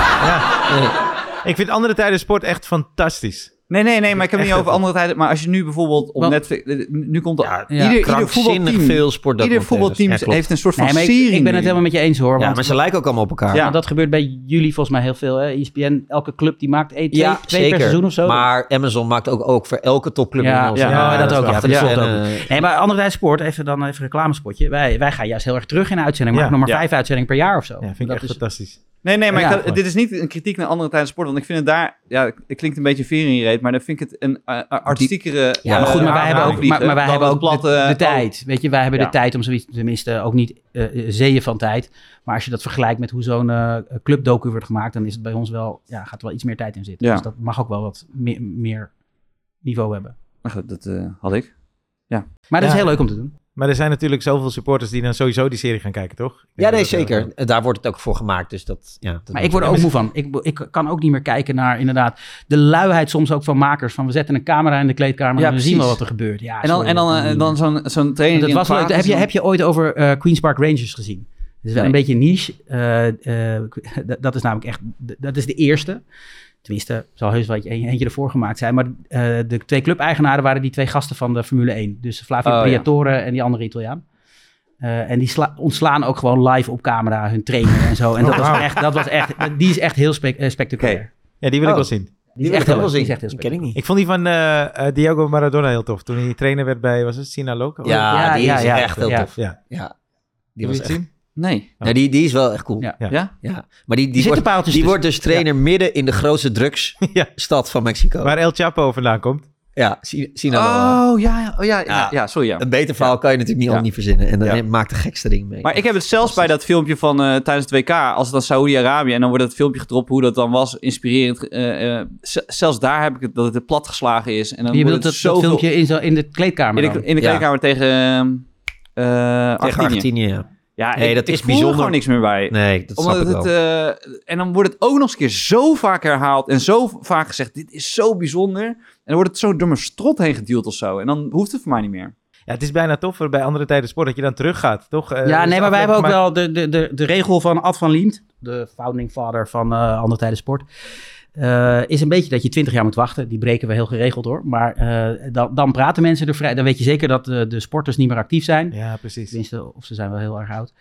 [SPEAKER 2] ja. Nee. Ik vind andere tijden sport echt fantastisch.
[SPEAKER 1] Nee, nee, nee, maar ik heb het niet over andere tijden. Maar als je nu bijvoorbeeld op Want, Netflix... Nu komt er...
[SPEAKER 4] Ja, ja, ieder, ieder voetbalteam, veel
[SPEAKER 1] ieder voetbalteam ja, heeft een soort van nee,
[SPEAKER 3] serie. Ik, ik ben het helemaal met je eens hoor.
[SPEAKER 4] Ja,
[SPEAKER 3] want,
[SPEAKER 4] maar ze lijken ook allemaal op elkaar.
[SPEAKER 3] Ja, dat gebeurt bij jullie volgens mij heel veel. Hè? E S P N, elke club die maakt één, twee, ja, twee per seizoen of zo.
[SPEAKER 4] Maar Amazon maakt ook, ook voor elke topclub.
[SPEAKER 3] Ja,
[SPEAKER 4] ja,
[SPEAKER 3] ja, ja, dat, dat ook. Ja, dat
[SPEAKER 4] ja,
[SPEAKER 3] en, ook. Nee, maar andere tijd sport, even dan even een reclamespotje. Wij, wij gaan juist heel erg terug in de uitzending. We maken nog maar vijf uitzendingen per jaar of zo.
[SPEAKER 2] Ja, vind ik echt fantastisch.
[SPEAKER 1] Nee, nee, maar ja, ik, dit is niet een kritiek naar andere tijden sport. Want ik vind het daar... Ja, het klinkt een beetje veer in je reet. Maar dan vind ik het een uh, artistiekere...
[SPEAKER 3] Ja, maar goed, maar wij hebben ook, maar, maar wij hebben ook platte, de, de tijd. Weet je, wij hebben ja. de tijd om zoiets... Tenminste, ook niet uh, zeeën van tijd. Maar als je dat vergelijkt met hoe zo'n uh, clubdocu wordt gemaakt... dan is het bij ons wel... Ja, gaat er wel iets meer tijd in zitten. Ja. Dus dat mag ook wel wat meer, meer niveau hebben.
[SPEAKER 1] Maar goed, dat uh, had ik. Ja.
[SPEAKER 3] Maar dat
[SPEAKER 2] ja.
[SPEAKER 3] is heel leuk om te doen.
[SPEAKER 2] Maar er zijn natuurlijk zoveel supporters die dan sowieso die serie gaan kijken, toch?
[SPEAKER 4] Ja, nee, zeker. Uh, Daar wordt het ook voor gemaakt, dus dat... Ja, dat
[SPEAKER 3] maar ik word er ook moe van. Ik, ik kan ook niet meer kijken naar, inderdaad, de luiheid soms ook van makers. Van, we zetten een camera in de kleedkamer ja, en we zien wel wat er gebeurt. Ja,
[SPEAKER 1] en dan, en dan, uh, dan zo'n, zo'n training...
[SPEAKER 3] Dat was leuk. Heb je, heb je ooit over uh, Queen's Park Rangers gezien? Dat is wel nee. een beetje niche. Uh, uh, dat, dat is namelijk echt... Dat is de eerste... Tenminste, zal heus wel eentje ervoor gemaakt zijn. Maar uh, de twee clubeigenaren waren die twee gasten van de Formule één. Dus Flavio oh, Briatore ja. en die andere Italiaan. Uh, en die sla- ontslaan ook gewoon live op camera hun trainingen en zo. En dat, oh, was echt, dat was echt... Die is echt heel spe- uh, spectaculair. Okay.
[SPEAKER 2] Ja, die wil oh. ik wel zien.
[SPEAKER 3] Die, die is echt heel wel zien.
[SPEAKER 4] Die ken ik niet.
[SPEAKER 2] Ik vond die van uh, uh, Diego Maradona heel tof. Toen hij trainer werd bij, was het Sinaloco?
[SPEAKER 4] Ja, ja, die ja, is ja, echt heel
[SPEAKER 2] ja.
[SPEAKER 4] tof. Ja, ja. Die was echt...
[SPEAKER 2] zien?
[SPEAKER 1] Nee.
[SPEAKER 4] Oh. Ja, die, die is wel echt cool.
[SPEAKER 3] Ja?
[SPEAKER 1] Ja. ja?
[SPEAKER 4] ja. Maar die, die, die, wordt, die wordt dus trainer ja. midden in de grootste drugsstad ja. van Mexico.
[SPEAKER 2] Waar El Chapo vandaan komt.
[SPEAKER 4] Ja, Sinaloa.
[SPEAKER 1] Oh, ja, oh ja, ja, ja, ja, sorry. Ja.
[SPEAKER 4] Een beter verhaal ja. kan je natuurlijk niet, ja. niet verzinnen. En dan ja. maakt de gekste ding mee.
[SPEAKER 1] Maar ik heb het zelfs bij dat filmpje van uh, tijdens het W K, als het dan Saoedi-Arabië, en dan wordt het filmpje gedropt hoe dat dan was, inspirerend. Uh, uh, z- zelfs daar heb ik het, dat het platgeslagen is. En dan
[SPEAKER 3] je
[SPEAKER 1] bedoelt
[SPEAKER 3] dat, dat filmpje in, zo, in de kleedkamer
[SPEAKER 1] In de, in de kleedkamer ja. tegen, uh,
[SPEAKER 4] tegen Argentinië. Argentinië, ja.
[SPEAKER 1] Ja,
[SPEAKER 4] nee,
[SPEAKER 1] ik,
[SPEAKER 4] dat is
[SPEAKER 1] ik
[SPEAKER 4] bijzonder.
[SPEAKER 1] voel er gewoon niks meer bij.
[SPEAKER 4] Nee, dat
[SPEAKER 1] Omdat
[SPEAKER 4] snap ik
[SPEAKER 1] het,
[SPEAKER 4] wel.
[SPEAKER 1] Uh, en dan wordt het ook nog eens een keer zo vaak herhaald en zo vaak gezegd, dit is zo bijzonder. En dan wordt het zo door mijn strot heen geduwd of zo. En dan hoeft het voor mij niet meer.
[SPEAKER 2] Ja, het is bijna toffer bij andere tijden sport dat je dan teruggaat, toch? Uh,
[SPEAKER 3] ja, nee, maar wij hebben ook maar... wel de, de, de, de regel van Ad van Liemt, de founding father van uh, andere tijden sport. Uh, is een beetje dat je twintig jaar moet wachten. Die breken we heel geregeld hoor. Maar uh, dan, dan praten mensen er vrij. Dan weet je zeker dat uh, de sporters niet meer actief zijn.
[SPEAKER 2] Ja, precies.
[SPEAKER 3] Tenminste, of ze zijn wel heel erg oud.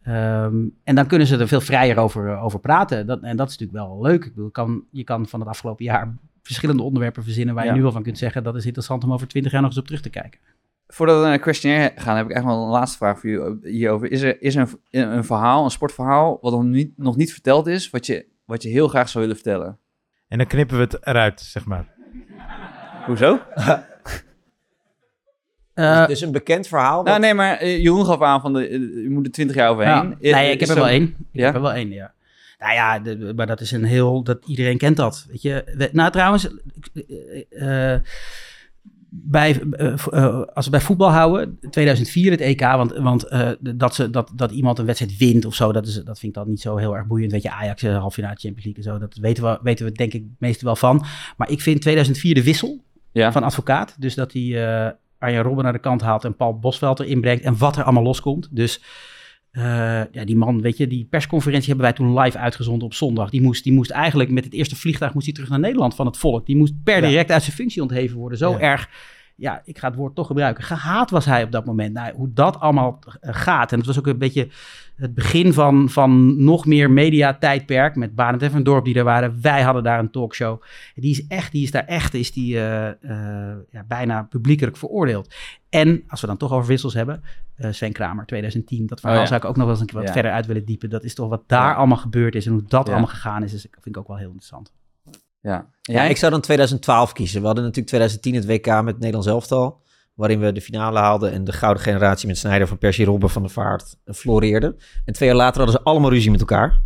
[SPEAKER 3] Um, en dan kunnen ze er veel vrijer over, over praten. Dat, en dat is natuurlijk wel leuk. Ik bedoel, kan, je kan van het afgelopen jaar verschillende onderwerpen verzinnen waar je ja. nu wel van kunt zeggen, dat is interessant om over twintig jaar nog eens op terug te kijken.
[SPEAKER 1] Voordat we naar de questionnaire gaan, heb ik echt wel een laatste vraag voor u hierover. Is er, is er een, een verhaal, een sportverhaal, wat nog niet, nog niet verteld is, wat je, wat je heel graag zou willen vertellen?
[SPEAKER 2] En dan knippen we het eruit, zeg maar.
[SPEAKER 1] Hoezo?
[SPEAKER 3] Uh,
[SPEAKER 4] dus, dus een bekend verhaal.
[SPEAKER 1] Nou,
[SPEAKER 4] wat...
[SPEAKER 1] nee, maar uh, Jeroen gaf aan van, de, uh, je moet er twintig jaar overheen.
[SPEAKER 3] Ja. Nee, ik heb er
[SPEAKER 1] zo...
[SPEAKER 3] wel één. Ik
[SPEAKER 1] ja?
[SPEAKER 3] heb er wel één, ja. Nou ja, de, maar dat is een heel... Dat, iedereen kent dat, weet je. We, nou, trouwens... Uh, bij, uh, uh, als we bij voetbal houden, tweeduizend vier het E K, want, want uh, dat, ze, dat, dat iemand een wedstrijd wint of zo, dat, is, dat vind ik dan niet zo heel erg boeiend. Weet je, Ajax, uh, halffinale Champions League en zo, dat weten we, weten we denk ik meestal wel van. Maar ik vind tweeduizend vier de wissel ja. van Advocaat, dus dat hij uh, Arjen Robben naar de kant haalt en Paul Bosveld erin brengt en wat er allemaal loskomt. Dus uh, ja, die man, weet je, die persconferentie hebben wij toen live uitgezonden op zondag. Die moest, die moest eigenlijk met het eerste vliegtuig moest hij terug naar Nederland van het volk. Die moest per direct ja. uit zijn functie ontheven worden. Zo ja. erg, ja, ik ga het woord toch gebruiken. Gehaat was hij op dat moment. Nou, hoe dat allemaal gaat. En het was ook een beetje het begin van, van nog meer mediatijdperk met Barend en Van Dorp die er waren. Wij hadden daar een talkshow. Die is echt, die is daar echt, is die uh, uh, ja, bijna publiekelijk veroordeeld. En als we dan toch over wissels hebben, uh, Sven Kramer, twintig tien, dat verhaal oh, ja. zou ik ook nog wel eens een keer wat ja. verder uit willen diepen. Dat is toch wat daar ja. allemaal gebeurd is en hoe dat ja. allemaal gegaan is, is, vind ik ook wel heel interessant.
[SPEAKER 4] Ja. Ja, ik zou dan twintig twaalf kiezen. We hadden natuurlijk twintig tien het W K met het Nederlands elftal, waarin we de finale haalden en de gouden generatie met Sneijder, Van Persie, Robben, Van der Vaart uh, floreerde. En twee jaar later hadden ze allemaal ruzie met elkaar.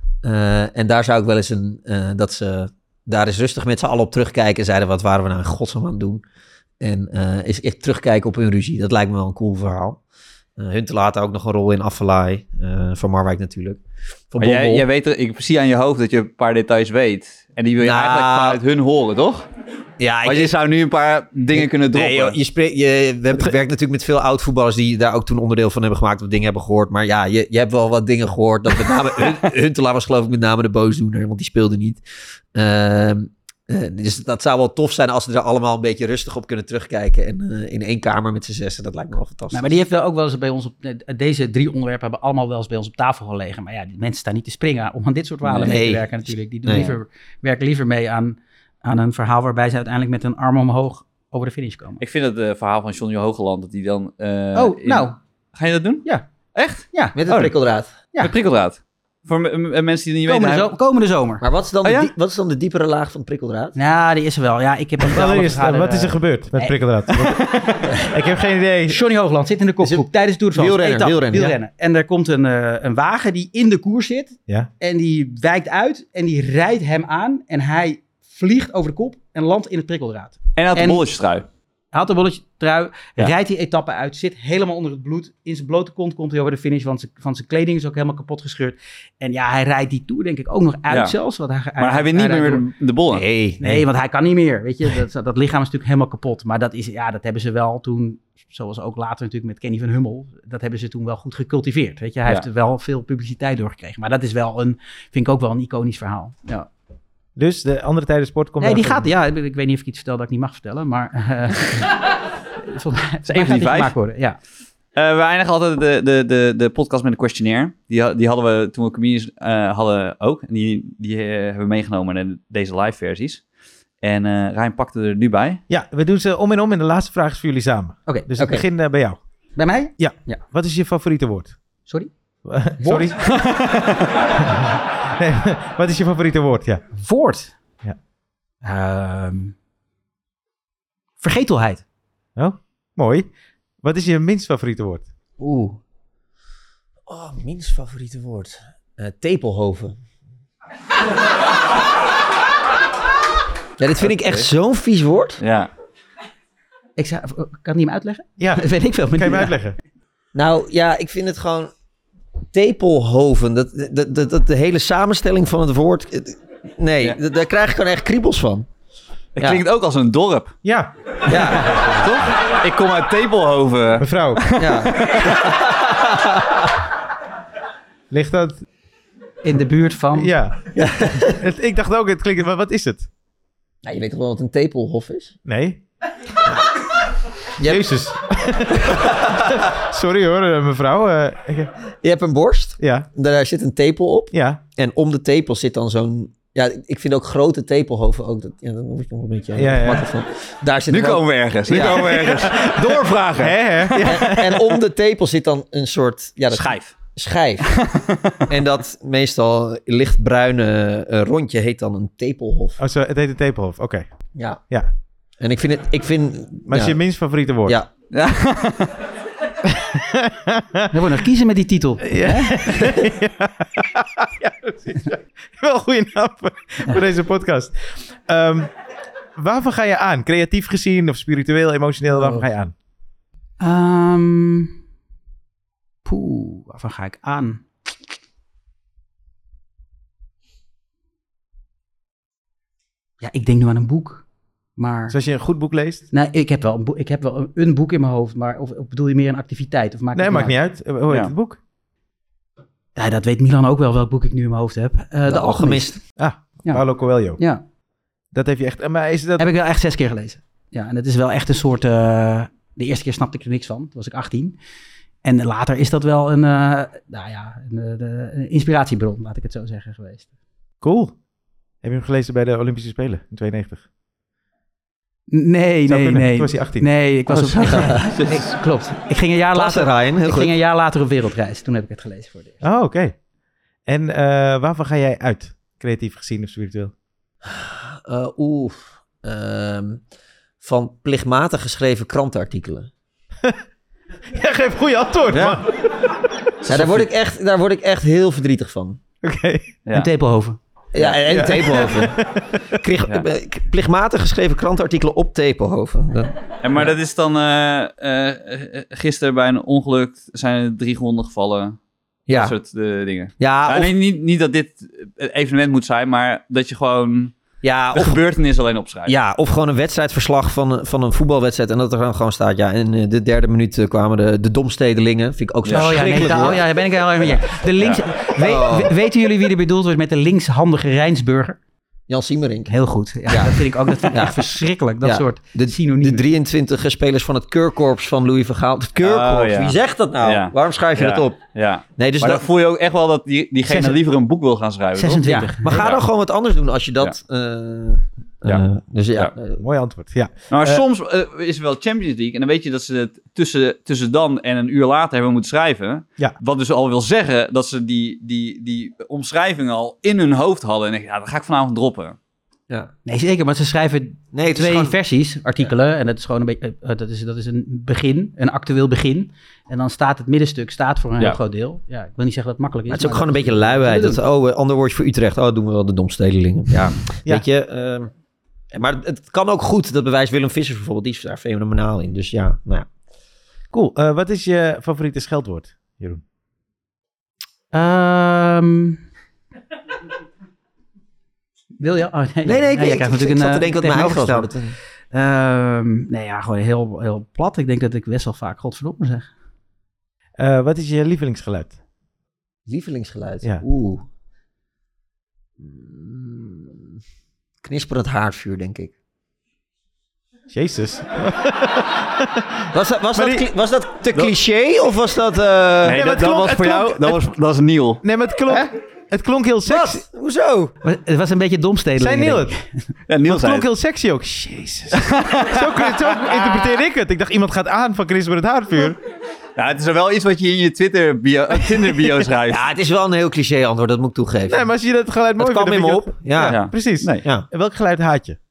[SPEAKER 4] Uh, en daar zou ik wel eens een, uh, dat ze daar eens rustig met z'n allen op terugkijken en zeiden, wat waren we nou in godsnaam aan het doen? En uh, eens echt terugkijken op hun ruzie. Dat lijkt me wel een cool verhaal. Uh, Huntelaar had ook nog een rol in Affelay, uh, van Marwijk natuurlijk. Van
[SPEAKER 1] maar jij, jij weet er, ik zie aan je hoofd dat je een paar details weet. En die wil je nou, eigenlijk vanuit hun horen, toch?
[SPEAKER 4] Ja,
[SPEAKER 1] Want ik, je zou nu een paar dingen ik, kunnen droppen.
[SPEAKER 4] Nee, joh, je spreekt, je, we hebben, werkt natuurlijk met veel oud-voetballers die daar ook toen onderdeel van hebben gemaakt of dingen hebben gehoord. Maar ja, je, je hebt wel wat dingen gehoord. Dat met name, Huntelaar was geloof ik met name de boosdoener, want die speelde niet. Uh, Uh, dus dat zou wel tof zijn als we er allemaal een beetje rustig op kunnen terugkijken. En uh, in één kamer met z'n zessen, dat lijkt me wel fantastisch.
[SPEAKER 3] Nou, maar die heeft wel ook wel eens bij ons op... Deze drie onderwerpen hebben allemaal wel eens bij ons op tafel gelegen. Maar ja, die mensen staan niet te springen om aan dit soort verhalen nee. mee te werken natuurlijk. Die doen nee. liever, werken liever mee aan, aan een verhaal waarbij ze uiteindelijk met een arm omhoog over de finish komen.
[SPEAKER 1] Ik vind het uh, verhaal van Johnny Hogeland, dat die dan... Uh,
[SPEAKER 3] oh, in... nou.
[SPEAKER 1] Ga je dat doen?
[SPEAKER 3] Ja.
[SPEAKER 1] Echt?
[SPEAKER 3] Ja.
[SPEAKER 4] Met het oh, prikkeldraad.
[SPEAKER 3] Ja.
[SPEAKER 1] Met prikkeldraad. Voor m- m- mensen die het niet
[SPEAKER 3] komende
[SPEAKER 1] weten...
[SPEAKER 3] Zo- komende zomer.
[SPEAKER 4] Maar wat is, dan
[SPEAKER 1] oh, ja?
[SPEAKER 4] de die, wat is dan de diepere laag van het prikkeldraad?
[SPEAKER 3] Nou, die is er wel. Ja, ik heb hem wel
[SPEAKER 2] is, Wat is er gebeurd met nee. prikkeldraad? Ik heb geen idee.
[SPEAKER 3] Johnny Hogeland zit in de kopgroep tijdens de Tour de France.
[SPEAKER 4] Wielrennen, wielrennen,
[SPEAKER 3] wielrennen. Ja. En er komt een, uh, een wagen die in de koers zit.
[SPEAKER 2] Ja.
[SPEAKER 3] En die wijkt uit en die rijdt hem aan. En hij vliegt over de kop en landt in het prikkeldraad.
[SPEAKER 1] En hij had een bolletjestrui.
[SPEAKER 3] Hij had een bolletje trui, ja. rijdt die etappe uit, zit helemaal onder het bloed. In zijn blote kont komt hij over de finish, want zijn, van zijn kleding is ook helemaal kapot gescheurd. En ja, hij rijdt die Tour denk ik ook nog uit ja. zelfs. Want hij,
[SPEAKER 1] maar hij, hij weet niet hij meer door... de bollen.
[SPEAKER 3] Nee, nee, nee, want hij kan niet meer. Weet je, dat, dat lichaam is natuurlijk helemaal kapot. Maar dat, is, ja, dat hebben ze wel toen, zoals ook later natuurlijk met Kenny van Hummel, dat hebben ze toen wel goed gecultiveerd. Weet je, hij ja. heeft er wel veel publiciteit doorgekregen. Maar dat is wel een, vind ik ook wel een iconisch verhaal. Ja.
[SPEAKER 2] Dus de andere tijden sport komt...
[SPEAKER 3] Nee, die gaat... Ja, ik weet niet of ik iets vertel dat ik niet mag vertellen, maar... Uh, volgens mij
[SPEAKER 1] gaat die gemaakt
[SPEAKER 3] worden, ja.
[SPEAKER 1] Uh, we eindigen altijd de, de, de, de podcast met een questionnaire. Die, die hadden we toen we comedians uh, hadden ook. En die, die uh, hebben we meegenomen in deze live versies. En uh, Rijn pakte er nu bij.
[SPEAKER 2] Ja, we doen ze om en om en de laatste vraag is voor jullie samen.
[SPEAKER 3] Oké. Okay,
[SPEAKER 2] dus
[SPEAKER 3] okay.
[SPEAKER 2] ik begin uh, bij jou.
[SPEAKER 3] Bij mij?
[SPEAKER 2] Ja. ja. Wat is je favoriete woord?
[SPEAKER 3] Sorry?
[SPEAKER 2] Sorry? Nee, wat is je favoriete woord? Ja.
[SPEAKER 3] Woord?
[SPEAKER 2] Ja.
[SPEAKER 3] Um, vergetelheid.
[SPEAKER 2] Oh, mooi. Wat is je minst favoriete woord?
[SPEAKER 4] Oeh. Oh, minst favoriete woord. Uh, tepelhoven. Ja, dit vind ik echt zo'n vies woord.
[SPEAKER 1] Ja.
[SPEAKER 3] Ik zou, kan die hem uitleggen?
[SPEAKER 2] Ja.
[SPEAKER 3] Dat weet ik veel.
[SPEAKER 2] Kan je hem uitleggen?
[SPEAKER 4] Nou, ja, ik vind het gewoon... Tepelhoven. Dat, dat, dat, dat, de hele samenstelling van het woord... Nee, ja. d- daar krijg ik gewoon echt kriebels van.
[SPEAKER 1] Het ja. klinkt ook als een dorp.
[SPEAKER 2] Ja.
[SPEAKER 4] Ja.
[SPEAKER 1] Toch? Ik kom uit Tepelhoven.
[SPEAKER 2] Mevrouw.
[SPEAKER 4] Ja.
[SPEAKER 2] Ligt dat...
[SPEAKER 3] In de buurt van...
[SPEAKER 2] Ja. ja. Het, ik dacht ook, het klinkt... Maar wat is het?
[SPEAKER 4] Nou, je weet toch wel wat een tepelhof is?
[SPEAKER 2] Nee. Ja. Jezus. Sorry hoor, mevrouw. Uh, ik...
[SPEAKER 4] Je hebt een borst.
[SPEAKER 2] Ja.
[SPEAKER 4] Daar zit een tepel op.
[SPEAKER 2] Ja.
[SPEAKER 4] En om de tepel zit dan zo'n... Ja, ik vind ook grote tepelhoven ook... Dat, ja, dan word je nog een beetje
[SPEAKER 2] ja, ja.
[SPEAKER 4] makkelijk van. Daar zit
[SPEAKER 1] nu
[SPEAKER 4] wel...
[SPEAKER 1] komen we ergens. Nu ja. komen we ergens. Doorvragen.
[SPEAKER 2] Hè, hè?
[SPEAKER 4] Ja. En, en om de tepel zit dan een soort... Ja, dat...
[SPEAKER 1] Schijf.
[SPEAKER 4] Schijf. En dat meestal lichtbruine uh, rondje heet dan een tepelhof.
[SPEAKER 2] Oh, zo, het heet een tepelhof. Oké. Okay.
[SPEAKER 4] Ja.
[SPEAKER 2] Ja.
[SPEAKER 4] En ik vind het... Ik vind,
[SPEAKER 2] maar
[SPEAKER 4] ja,
[SPEAKER 2] is je minst favoriete woord?
[SPEAKER 4] Ja.
[SPEAKER 1] Ja.
[SPEAKER 3] We worden nog kiezen met die titel.
[SPEAKER 2] Ja, ja precies. Ja. Wel een goede naam voor, voor deze podcast. Um, waarvan ga je aan? Creatief gezien of spiritueel, emotioneel? Waarvan ga je aan?
[SPEAKER 3] Um, poeh, waarvan ga ik aan? Ja, ik denk nu aan een boek. Maar...
[SPEAKER 2] Dus als je een goed boek leest?
[SPEAKER 3] Nee, ik heb wel een, boek, ik heb wel een, een boek in mijn hoofd, maar of, of bedoel je meer een activiteit? Of maakt
[SPEAKER 2] nee,
[SPEAKER 3] het
[SPEAKER 2] maakt niet uit. Hoe heet
[SPEAKER 1] Ja.
[SPEAKER 2] het boek?
[SPEAKER 3] Ja, dat weet Milan ook wel, welk boek ik nu in mijn hoofd heb. Uh, de,
[SPEAKER 4] De
[SPEAKER 3] Alchemist.
[SPEAKER 4] Alchemist.
[SPEAKER 2] Ah,
[SPEAKER 3] Ja.
[SPEAKER 2] Paulo Coelho.
[SPEAKER 3] Ja,
[SPEAKER 2] Dat heeft je echt... Maar is dat...
[SPEAKER 3] heb ik wel echt zes keer gelezen. Ja, en het is wel echt een soort... Uh, de eerste keer snapte ik er niks van. Toen was ik achttien. En later is dat wel een, uh, nou ja, een, de, een inspiratiebron, laat ik het zo zeggen, geweest.
[SPEAKER 2] Cool. Heb je hem gelezen bij de Olympische Spelen in tweeënnegentig?
[SPEAKER 3] Nee,
[SPEAKER 2] Zou
[SPEAKER 3] nee,
[SPEAKER 2] kunnen.
[SPEAKER 3] nee.
[SPEAKER 2] Toen was hij achttien.
[SPEAKER 3] Nee, ik was
[SPEAKER 4] Oh,
[SPEAKER 3] op... nee, klopt. Ik ging een jaar
[SPEAKER 4] Klasse,
[SPEAKER 3] later...
[SPEAKER 4] Ryan. Heel
[SPEAKER 3] Ik
[SPEAKER 4] goed.
[SPEAKER 3] ging een jaar later op wereldreis. Toen heb ik het gelezen voor het eerst.
[SPEAKER 2] Oh, oké. Okay. En uh, waarvan ga jij uit? Creatief gezien of spiritueel?
[SPEAKER 4] Uh, Oeh. Um, van plichtmatig geschreven krantenartikelen.
[SPEAKER 2] Ja, geef goede antwoord,
[SPEAKER 1] Ja.
[SPEAKER 2] man.
[SPEAKER 4] Ja, daar, word ik echt, daar word ik echt heel verdrietig van.
[SPEAKER 2] Oké. Okay.
[SPEAKER 1] Ja.
[SPEAKER 3] En Tepelhoven.
[SPEAKER 4] Ja, en
[SPEAKER 2] Ja.
[SPEAKER 4] Tepelhoven. Kreeg,
[SPEAKER 1] Ja.
[SPEAKER 4] Plichtmatig geschreven krantenartikelen op Tepelhoven. Dat-
[SPEAKER 1] En maar dat is dan... eh uh, gisteren bij een ongeluk zijn er drie gewonden gevallen.
[SPEAKER 4] Ja,
[SPEAKER 1] Dat soort uh, dingen.
[SPEAKER 4] ja,
[SPEAKER 1] Ja,
[SPEAKER 4] of,
[SPEAKER 1] nee, niet, niet dat dit het evenement moet zijn, maar dat je gewoon
[SPEAKER 4] ja,
[SPEAKER 1] de
[SPEAKER 4] of,
[SPEAKER 1] gebeurtenis alleen opschrijft.
[SPEAKER 4] ja, of gewoon een wedstrijdverslag van, van een voetbalwedstrijd. En dat er dan gewoon staat, ja, in de derde minuut eh, kwamen de, de domstedelingen. Vind ik ook zo
[SPEAKER 1] Ja.
[SPEAKER 3] Oh ja, nee,
[SPEAKER 4] verschrikkelijk.
[SPEAKER 3] daar,
[SPEAKER 4] hoor.
[SPEAKER 3] oh ja, daar ben ik heel erg met je. De links, we-
[SPEAKER 4] Oh.
[SPEAKER 3] we- weten jullie wie er bedoeld wordt met de linkshandige Rijnsburger?
[SPEAKER 4] Jan Siemerink.
[SPEAKER 3] Heel goed. Ja,
[SPEAKER 4] Ja.
[SPEAKER 3] Dat vind ik ook dat vind ik
[SPEAKER 4] Ja.
[SPEAKER 3] echt verschrikkelijk. Dat
[SPEAKER 4] Ja.
[SPEAKER 3] soort
[SPEAKER 4] De,
[SPEAKER 3] synoniemen.
[SPEAKER 4] de drieëntwintig spelers van het keurkorps van Louis van Gaal. Het keurkorps,
[SPEAKER 1] Oh, ja.
[SPEAKER 4] wie zegt dat nou?
[SPEAKER 1] Ja.
[SPEAKER 4] Waarom schrijf je
[SPEAKER 1] Ja.
[SPEAKER 4] dat op?
[SPEAKER 1] Ja.
[SPEAKER 4] Nee, dus
[SPEAKER 1] Maar
[SPEAKER 4] dat,
[SPEAKER 1] dan voel je ook echt wel dat die, diegene
[SPEAKER 3] Zes-
[SPEAKER 1] liever een boek wil gaan schrijven, toch?
[SPEAKER 3] zesentwintig.
[SPEAKER 4] maar ga
[SPEAKER 1] Ja.
[SPEAKER 4] dan gewoon wat anders doen als je dat... eh,
[SPEAKER 1] Ja.
[SPEAKER 4] eh, dus ja,
[SPEAKER 1] Ja.
[SPEAKER 4] eh,
[SPEAKER 2] Mooi antwoord, ja.
[SPEAKER 1] Maar
[SPEAKER 2] Eh,
[SPEAKER 1] soms uh, is er wel Champions League en dan weet je dat ze het tussen, tussen dan en een uur later hebben moeten schrijven.
[SPEAKER 2] Ja.
[SPEAKER 1] Wat dus al wil zeggen dat ze die, die, die omschrijving al in hun hoofd hadden. En denk ik, ja, dat ga ik vanavond droppen.
[SPEAKER 4] ja.
[SPEAKER 3] Nee, zeker. Maar ze schrijven
[SPEAKER 4] Nee, het is
[SPEAKER 3] twee
[SPEAKER 4] gewoon...
[SPEAKER 3] versies, artikelen. En dat is gewoon een beetje, uh, dat, is, dat is een begin, een actueel begin. En dan staat het middenstuk staat voor een
[SPEAKER 1] Ja.
[SPEAKER 3] heel groot deel. Ja, ik wil niet zeggen dat het makkelijk is.
[SPEAKER 4] Maar het is ook
[SPEAKER 3] maar
[SPEAKER 4] gewoon een
[SPEAKER 3] dat
[SPEAKER 4] beetje luiheid.
[SPEAKER 3] dat
[SPEAKER 4] Dat, oh, eh, ander woordje voor Utrecht. Oh, doen we wel de domstedelingen. Ja,
[SPEAKER 2] Ja.
[SPEAKER 4] weet je. ehm, maar het kan ook goed. Dat bewijst Willem Vissers bijvoorbeeld. Die is daar fenomenaal in. Dus ja, nou ja.
[SPEAKER 2] Cool. Uh, wat is je favoriete scheldwoord, Jeroen?
[SPEAKER 3] Ehm, wil je? Oh, nee,
[SPEAKER 4] Nee, nee, ik,
[SPEAKER 3] jij
[SPEAKER 4] ik,
[SPEAKER 3] krijgt
[SPEAKER 4] ik,
[SPEAKER 3] natuurlijk
[SPEAKER 4] ik zat
[SPEAKER 3] een,
[SPEAKER 4] te denken dat
[SPEAKER 3] uh,
[SPEAKER 4] mijn eigen was. maar
[SPEAKER 3] tegenovergestelde.
[SPEAKER 4] dat-
[SPEAKER 3] Ehm, nee, ja, gewoon heel, heel plat. Ik denk dat ik best wel vaak godverdomme zeg.
[SPEAKER 2] Uh, wat is je lievelingsgeluid?
[SPEAKER 4] Lievelingsgeluid.
[SPEAKER 2] Ja.
[SPEAKER 4] Oeh. Mm, Knisperend haardvuur, denk ik.
[SPEAKER 2] Jezus.
[SPEAKER 4] Was dat, was
[SPEAKER 2] Maar
[SPEAKER 4] dat,
[SPEAKER 2] die-
[SPEAKER 4] cli- was dat te cliché of was dat... eh,
[SPEAKER 1] Nee,
[SPEAKER 2] maar
[SPEAKER 1] dat,
[SPEAKER 2] het
[SPEAKER 1] dat
[SPEAKER 2] klonk-
[SPEAKER 1] was
[SPEAKER 2] het
[SPEAKER 1] voor
[SPEAKER 2] klonk-
[SPEAKER 1] jou, dat was, dat was Neil.
[SPEAKER 2] Nee, maar het klonk, het klonk heel sexy.
[SPEAKER 4] Wat? Hoezo?
[SPEAKER 3] Maar het was een beetje domstedelijk.
[SPEAKER 2] Zijn Neil
[SPEAKER 3] denk
[SPEAKER 2] het?
[SPEAKER 3] ik.
[SPEAKER 1] Ja, Neil
[SPEAKER 2] Het
[SPEAKER 1] zei
[SPEAKER 2] klonk
[SPEAKER 1] het.
[SPEAKER 2] heel sexy ook. Jezus. zo, zo interpreteer ik het. Ik dacht, iemand gaat aan van Chris met het haardvuur.
[SPEAKER 1] Ja, het is wel iets wat je in je Twitter bio, uh, Tinder bio schrijft.
[SPEAKER 4] Ja, het is wel een heel cliché antwoord, dat moet ik toegeven.
[SPEAKER 2] Nee, maar als je dat geluid mooi
[SPEAKER 4] het kwam
[SPEAKER 2] vindt...
[SPEAKER 4] in
[SPEAKER 2] dan
[SPEAKER 4] me
[SPEAKER 2] vind
[SPEAKER 4] op.
[SPEAKER 2] je
[SPEAKER 4] Ja.
[SPEAKER 2] dat-
[SPEAKER 1] Ja.
[SPEAKER 2] Precies.
[SPEAKER 1] Nee.
[SPEAKER 4] Ja.
[SPEAKER 2] En welk geluid haat je?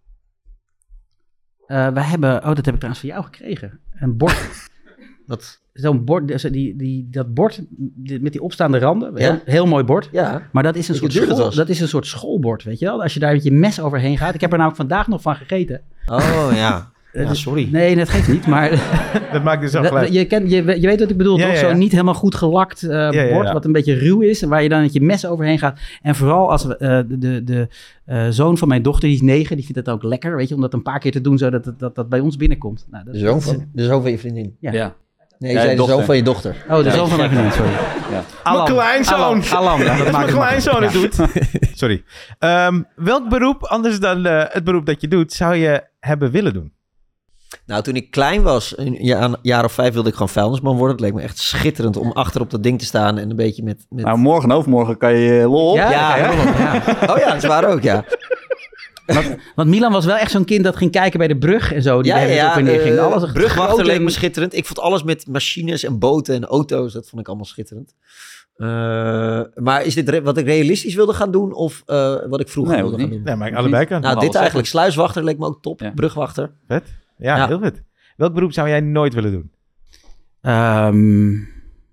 [SPEAKER 3] Uh, wij hebben, oh, dat heb ik trouwens van jou gekregen. Een bord.
[SPEAKER 4] Wat?
[SPEAKER 3] Zo'n bord, dus die, die, dat bord die- met die opstaande randen.
[SPEAKER 4] Ja.
[SPEAKER 3] Heel, heel mooi bord.
[SPEAKER 4] Ja.
[SPEAKER 3] Maar dat is, een
[SPEAKER 4] Weet je
[SPEAKER 3] soort
[SPEAKER 4] hoe duur dat
[SPEAKER 3] school,
[SPEAKER 4] was?
[SPEAKER 3] dat is een soort schoolbord, weet je wel? Als je daar met je mes overheen gaat. Ik heb er namelijk vandaag nog van gegeten.
[SPEAKER 4] Oh, ja.
[SPEAKER 3] Eh,
[SPEAKER 4] Ja,
[SPEAKER 3] dus-
[SPEAKER 4] sorry.
[SPEAKER 3] Nee, dat geeft niet. Maar
[SPEAKER 2] Dat maakt dus wel
[SPEAKER 3] dat-
[SPEAKER 2] geluid.
[SPEAKER 3] je, kent, je, je weet wat ik bedoel,
[SPEAKER 2] Ja,
[SPEAKER 3] toch?
[SPEAKER 2] ja, ja.
[SPEAKER 3] Zo'n niet helemaal goed gelakt eh,
[SPEAKER 2] ja,
[SPEAKER 3] bord,
[SPEAKER 2] ja.
[SPEAKER 3] wat een beetje ruw is. Waar je dan met je mes overheen gaat. En vooral als we, eh, de, de, de eh, zoon van mijn dochter, die is negen, die vindt het ook lekker. Weet je, om dat een paar keer te doen, zodat dat, dat, dat bij ons binnenkomt. Nou, dat,
[SPEAKER 4] De zoon van, de zoon van je vriendin.
[SPEAKER 3] Ja.
[SPEAKER 1] Ja.
[SPEAKER 4] Nee, je
[SPEAKER 1] Ja,
[SPEAKER 4] zei de
[SPEAKER 1] dochter.
[SPEAKER 4] zoon van je dochter.
[SPEAKER 3] Oh, de
[SPEAKER 1] Ja,
[SPEAKER 3] zoon van mijn vriendin, sorry.
[SPEAKER 1] Ja.
[SPEAKER 3] Alan.
[SPEAKER 2] Mijn kleinzoon.
[SPEAKER 3] Alan, Alan, ja, dat
[SPEAKER 2] Dat is
[SPEAKER 3] maakt
[SPEAKER 2] mijn
[SPEAKER 3] het
[SPEAKER 2] kleinzoon het
[SPEAKER 3] makkelijk.
[SPEAKER 2] doet. Sorry. Ehm, welk beroep, anders dan eh, het beroep dat je doet, zou je hebben willen doen?
[SPEAKER 4] Nou, toen ik klein was, een jaar, een jaar of vijf, wilde ik gewoon vuilnisman worden. Het leek me echt schitterend om achter op dat ding te staan en een beetje met... met...
[SPEAKER 1] Nou, morgen en overmorgen kan je lol op.
[SPEAKER 3] Ja,
[SPEAKER 4] Ja,
[SPEAKER 3] dat kan je wel, ja.
[SPEAKER 4] Oh ja, dat is waar ook, ja.
[SPEAKER 3] Want Milan was wel echt zo'n kind dat ging kijken bij de brug en zo. Die
[SPEAKER 4] Ja,
[SPEAKER 3] de hele
[SPEAKER 4] ja,
[SPEAKER 3] tijd op en neer ging.
[SPEAKER 4] eh,
[SPEAKER 3] Alles
[SPEAKER 4] brugwachter
[SPEAKER 3] groot
[SPEAKER 4] leek
[SPEAKER 3] en-
[SPEAKER 4] me schitterend. Ik vond alles met machines en boten en auto's, dat vond ik allemaal schitterend. Eh, maar is dit re- wat ik realistisch wilde gaan doen of eh, wat ik vroeger
[SPEAKER 1] Nee,
[SPEAKER 4] wilde
[SPEAKER 1] ook
[SPEAKER 4] gaan
[SPEAKER 1] niet.
[SPEAKER 4] doen?
[SPEAKER 2] Nee, maar ik allebei kan.
[SPEAKER 4] Nou,
[SPEAKER 1] alles
[SPEAKER 4] dit eigenlijk. Sluiswachter leek me ook top.
[SPEAKER 1] Ja.
[SPEAKER 4] Brugwachter.
[SPEAKER 2] Vet. Ja,
[SPEAKER 4] Ja.
[SPEAKER 2] heel vet. Welk beroep zou jij nooit willen doen?
[SPEAKER 3] Um,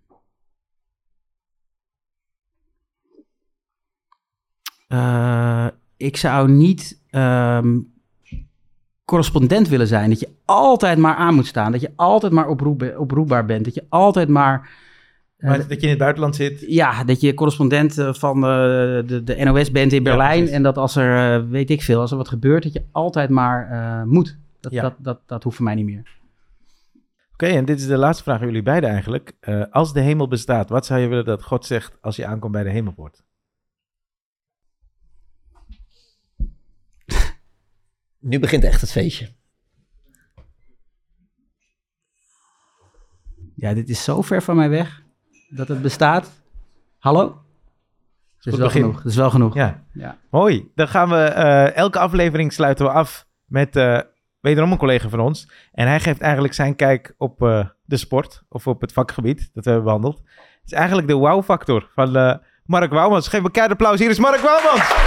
[SPEAKER 3] uh, ik zou niet um, correspondent willen zijn. Dat je altijd maar aan moet staan. Dat je altijd maar oproep, oproepbaar bent. Dat je altijd maar... Uh,
[SPEAKER 2] maar dat je in het buitenland zit?
[SPEAKER 3] Ja, dat je correspondent van uh, de, de N O S bent in Berlijn. Ja, en dat als er, uh, weet ik veel, als er wat gebeurt, dat je altijd maar uh, moet. Dat, ja. dat, dat, dat hoeft voor mij niet meer.
[SPEAKER 2] Oké, okay, en dit is de laatste vraag aan jullie beiden eigenlijk. Uh, als de hemel bestaat, wat zou je willen dat God zegt als je aankomt bij de hemelpoort?
[SPEAKER 4] Nu begint echt het feestje.
[SPEAKER 3] Ja, dit is zo ver van mij weg dat het bestaat. Hallo? Dat is wel genoeg. Dat is wel genoeg.
[SPEAKER 2] Ja. Ja. Mooi. Dan gaan we, uh, elke aflevering sluiten we af met uh, wederom een collega van ons. En hij geeft eigenlijk zijn kijk op uh, de sport of op het vakgebied dat we hebben behandeld. Het is eigenlijk de wow-factor van uh, Mark Wouwmans. Geef elkaar een applaus. Hier is Mark Wouwmans.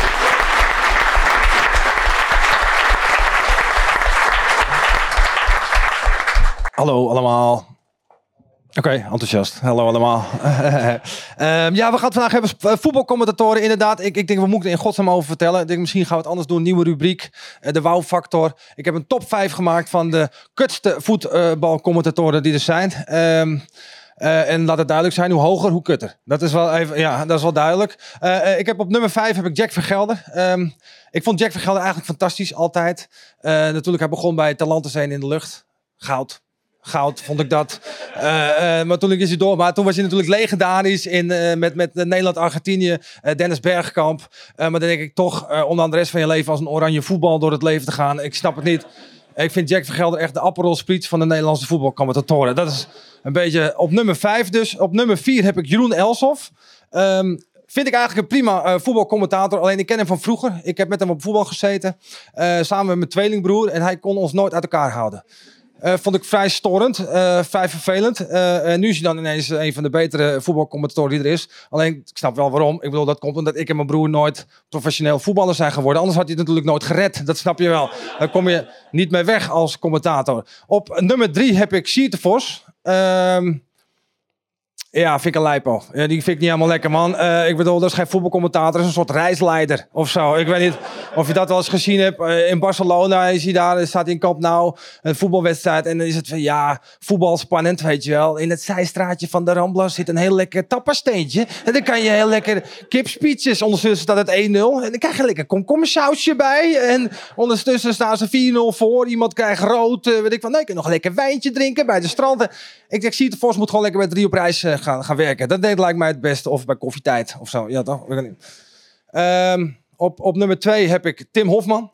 [SPEAKER 6] Hallo allemaal. Oké, okay, enthousiast. Hallo allemaal. um, ja, we gaan het vandaag hebben. Voetbalcommentatoren, inderdaad. Ik, ik denk, we moeten er in godsnaam over vertellen. Ik denk, misschien gaan we het anders doen. Nieuwe rubriek. Uh, de wow-factor. Ik heb een top vijf gemaakt van de kutste voetbalcommentatoren die er zijn. Um, Uh, en laat het duidelijk zijn, hoe hoger, hoe kutter. Dat is wel even, ja, dat is wel duidelijk. Uh, uh, ik heb op nummer vijf heb ik Jack Vergelder. Um, ik vond Jack Vergelder eigenlijk fantastisch, altijd. Uh, natuurlijk, hij begon bij Talentenzeen in de lucht. Goud. Goud, vond ik dat. Uh, uh, maar toen is hij door. Maar toen was hij natuurlijk legendarisch in, uh, met, met Nederland-Argentinië. Uh, Dennis Bergkamp. Uh, maar dan denk ik toch, uh, om dan de rest van je leven als een oranje voetbal door het leven te gaan. Ik snap het niet. Ik vind Jack Vergelder echt de Aperol Spritz van de Nederlandse voetbalcommentatoren. Dat is een beetje op nummer vijf dus. Op nummer vier heb ik Jeroen Elshoff. Um, vind ik eigenlijk een prima uh, voetbalcommentator. Alleen ik ken hem van vroeger. Ik heb met hem op voetbal gezeten. Uh, samen met mijn tweelingbroer. En hij kon ons nooit uit elkaar houden. Uh, vond ik vrij storend, uh, vrij vervelend. Uh, en nu is hij dan ineens een van de betere voetbalcommentatoren die er is. Alleen, ik snap wel waarom. Ik bedoel, dat komt omdat ik en mijn broer nooit professioneel voetballer zijn geworden. Anders had hij het natuurlijk nooit gered. Dat snap je wel. Daar kom je niet mee weg als commentator. Op nummer drie heb ik Siert de Vos. Uh, Ja, vind ik een lijpo. Ja, die vind ik niet helemaal lekker, man. Uh, ik bedoel, dat is geen voetbalcommentator, dat is een soort reisleider of zo. Ik weet niet of je dat wel eens gezien hebt. Uh, in Barcelona is hij daar, staat hij in Camp Nou, een voetbalwedstrijd. En dan is het van, ja, voetbal spannend, weet je wel. In het zijstraatje van de Rambla zit een heel lekker tappasteentje. En dan kan je heel lekker kipspietjes. Ondertussen staat het één nul. En dan krijg je lekker komkommersausje bij. En ondertussen staan ze vier nul voor. Iemand krijgt rood. Uh, weet ik van, nee, ik kan nog een lekker wijntje drinken bij de strand. Ik denk, Siert de Vos moet gewoon lekker met drie op reis uh, gaan, gaan werken. Dat deed lijkt mij het beste. Of bij koffietijd of zo. Ja, toch? Um, op, op nummer twee heb ik Tim Hofman.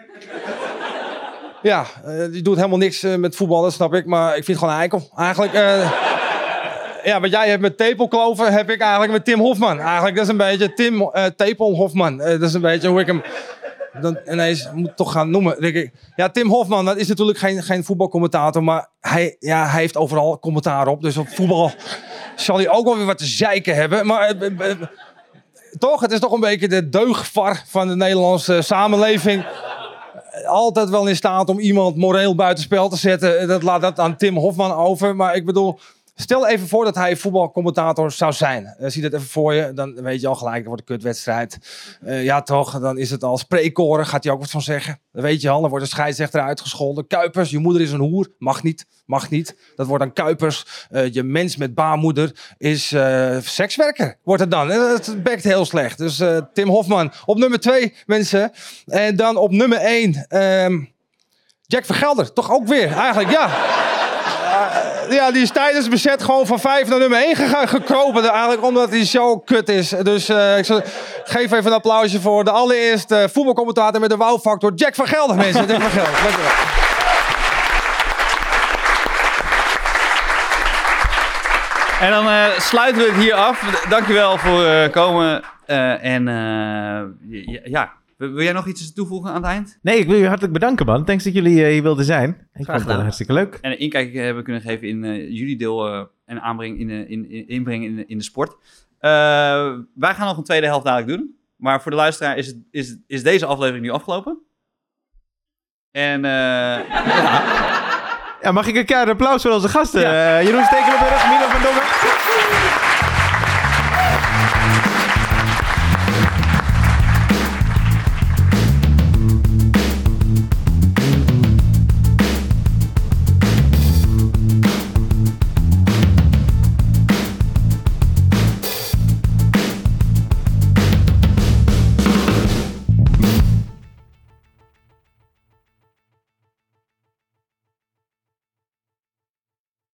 [SPEAKER 6] Ja, uh, die doet helemaal niks uh, met voetbal, dat snap ik. Maar ik vind het gewoon een eikel. Eigenlijk, uh, ja, wat jij hebt met tepelkloven, heb ik eigenlijk met Tim Hofman. Eigenlijk, dat is een beetje Tim uh, Tepel Hofman. Uh, dat is een beetje hoe ik hem dan ineens moet toch gaan noemen. Denk ik. Ja, Tim Hofman, dat is natuurlijk geen, geen voetbalcommentator. Maar hij, ja, hij heeft overal commentaar op. Dus op voetbal zal hij ook wel weer wat te zeiken hebben. Maar uh, uh, uh, toch, het is toch een beetje de deugvar van de Nederlandse samenleving. Altijd wel in staat om iemand moreel buitenspel te zetten. Dat laat dat aan Tim Hofman over. Maar ik bedoel, stel even voor dat hij voetbalcommentator zou zijn. Uh, zie dat even voor je. Dan weet je al gelijk, het wordt een kutwedstrijd. Uh, ja toch, dan is het al spreekkoren. Gaat hij ook wat van zeggen. Dan weet je al, dan wordt de scheidsrechter uitgescholden. Kuipers, je moeder is een hoer. Mag niet, mag niet. Dat wordt dan Kuipers. Uh, je mens met baarmoeder is uh, sekswerker. Wordt het dan. Dat bekt heel slecht. Dus uh, Tim Hofman op nummer twee, mensen. En dan op nummer één. Um, Jack Vergelder. Toch ook weer, eigenlijk, ja. Ja, die is tijdens bezet gewoon van vijf naar nummer één gegaan, gekropen. Eigenlijk omdat hij zo kut is. Dus uh, ik zal, geef even een applausje voor de allereerste voetbalcommentator met de wow-factor. Jack Vergelder, mensen. Jack Vergelder. Dankjewel.
[SPEAKER 1] En dan uh, sluiten we het hier af. Dankjewel voor uh, komen. Uh, en uh, ja... Wil jij nog iets toevoegen aan het eind?
[SPEAKER 2] Nee, ik wil jullie hartelijk bedanken, man. Thanks dat jullie uh, hier wilden zijn. Ik vond het hartstikke leuk.
[SPEAKER 1] En een inkijk hebben kunnen geven in uh, jullie deel uh, en aanbreng in, uh, in, in, inbrengen in, in de sport. Uh, wij gaan nog een tweede helft dadelijk doen. Maar voor de luisteraar is, het, is, is deze aflevering nu afgelopen. En uh, ja.
[SPEAKER 2] Ja, mag ik een keer applaus voor onze gasten?
[SPEAKER 3] Ja.
[SPEAKER 2] Uh, Jeroen Stekelenburg, Milo van Dongen.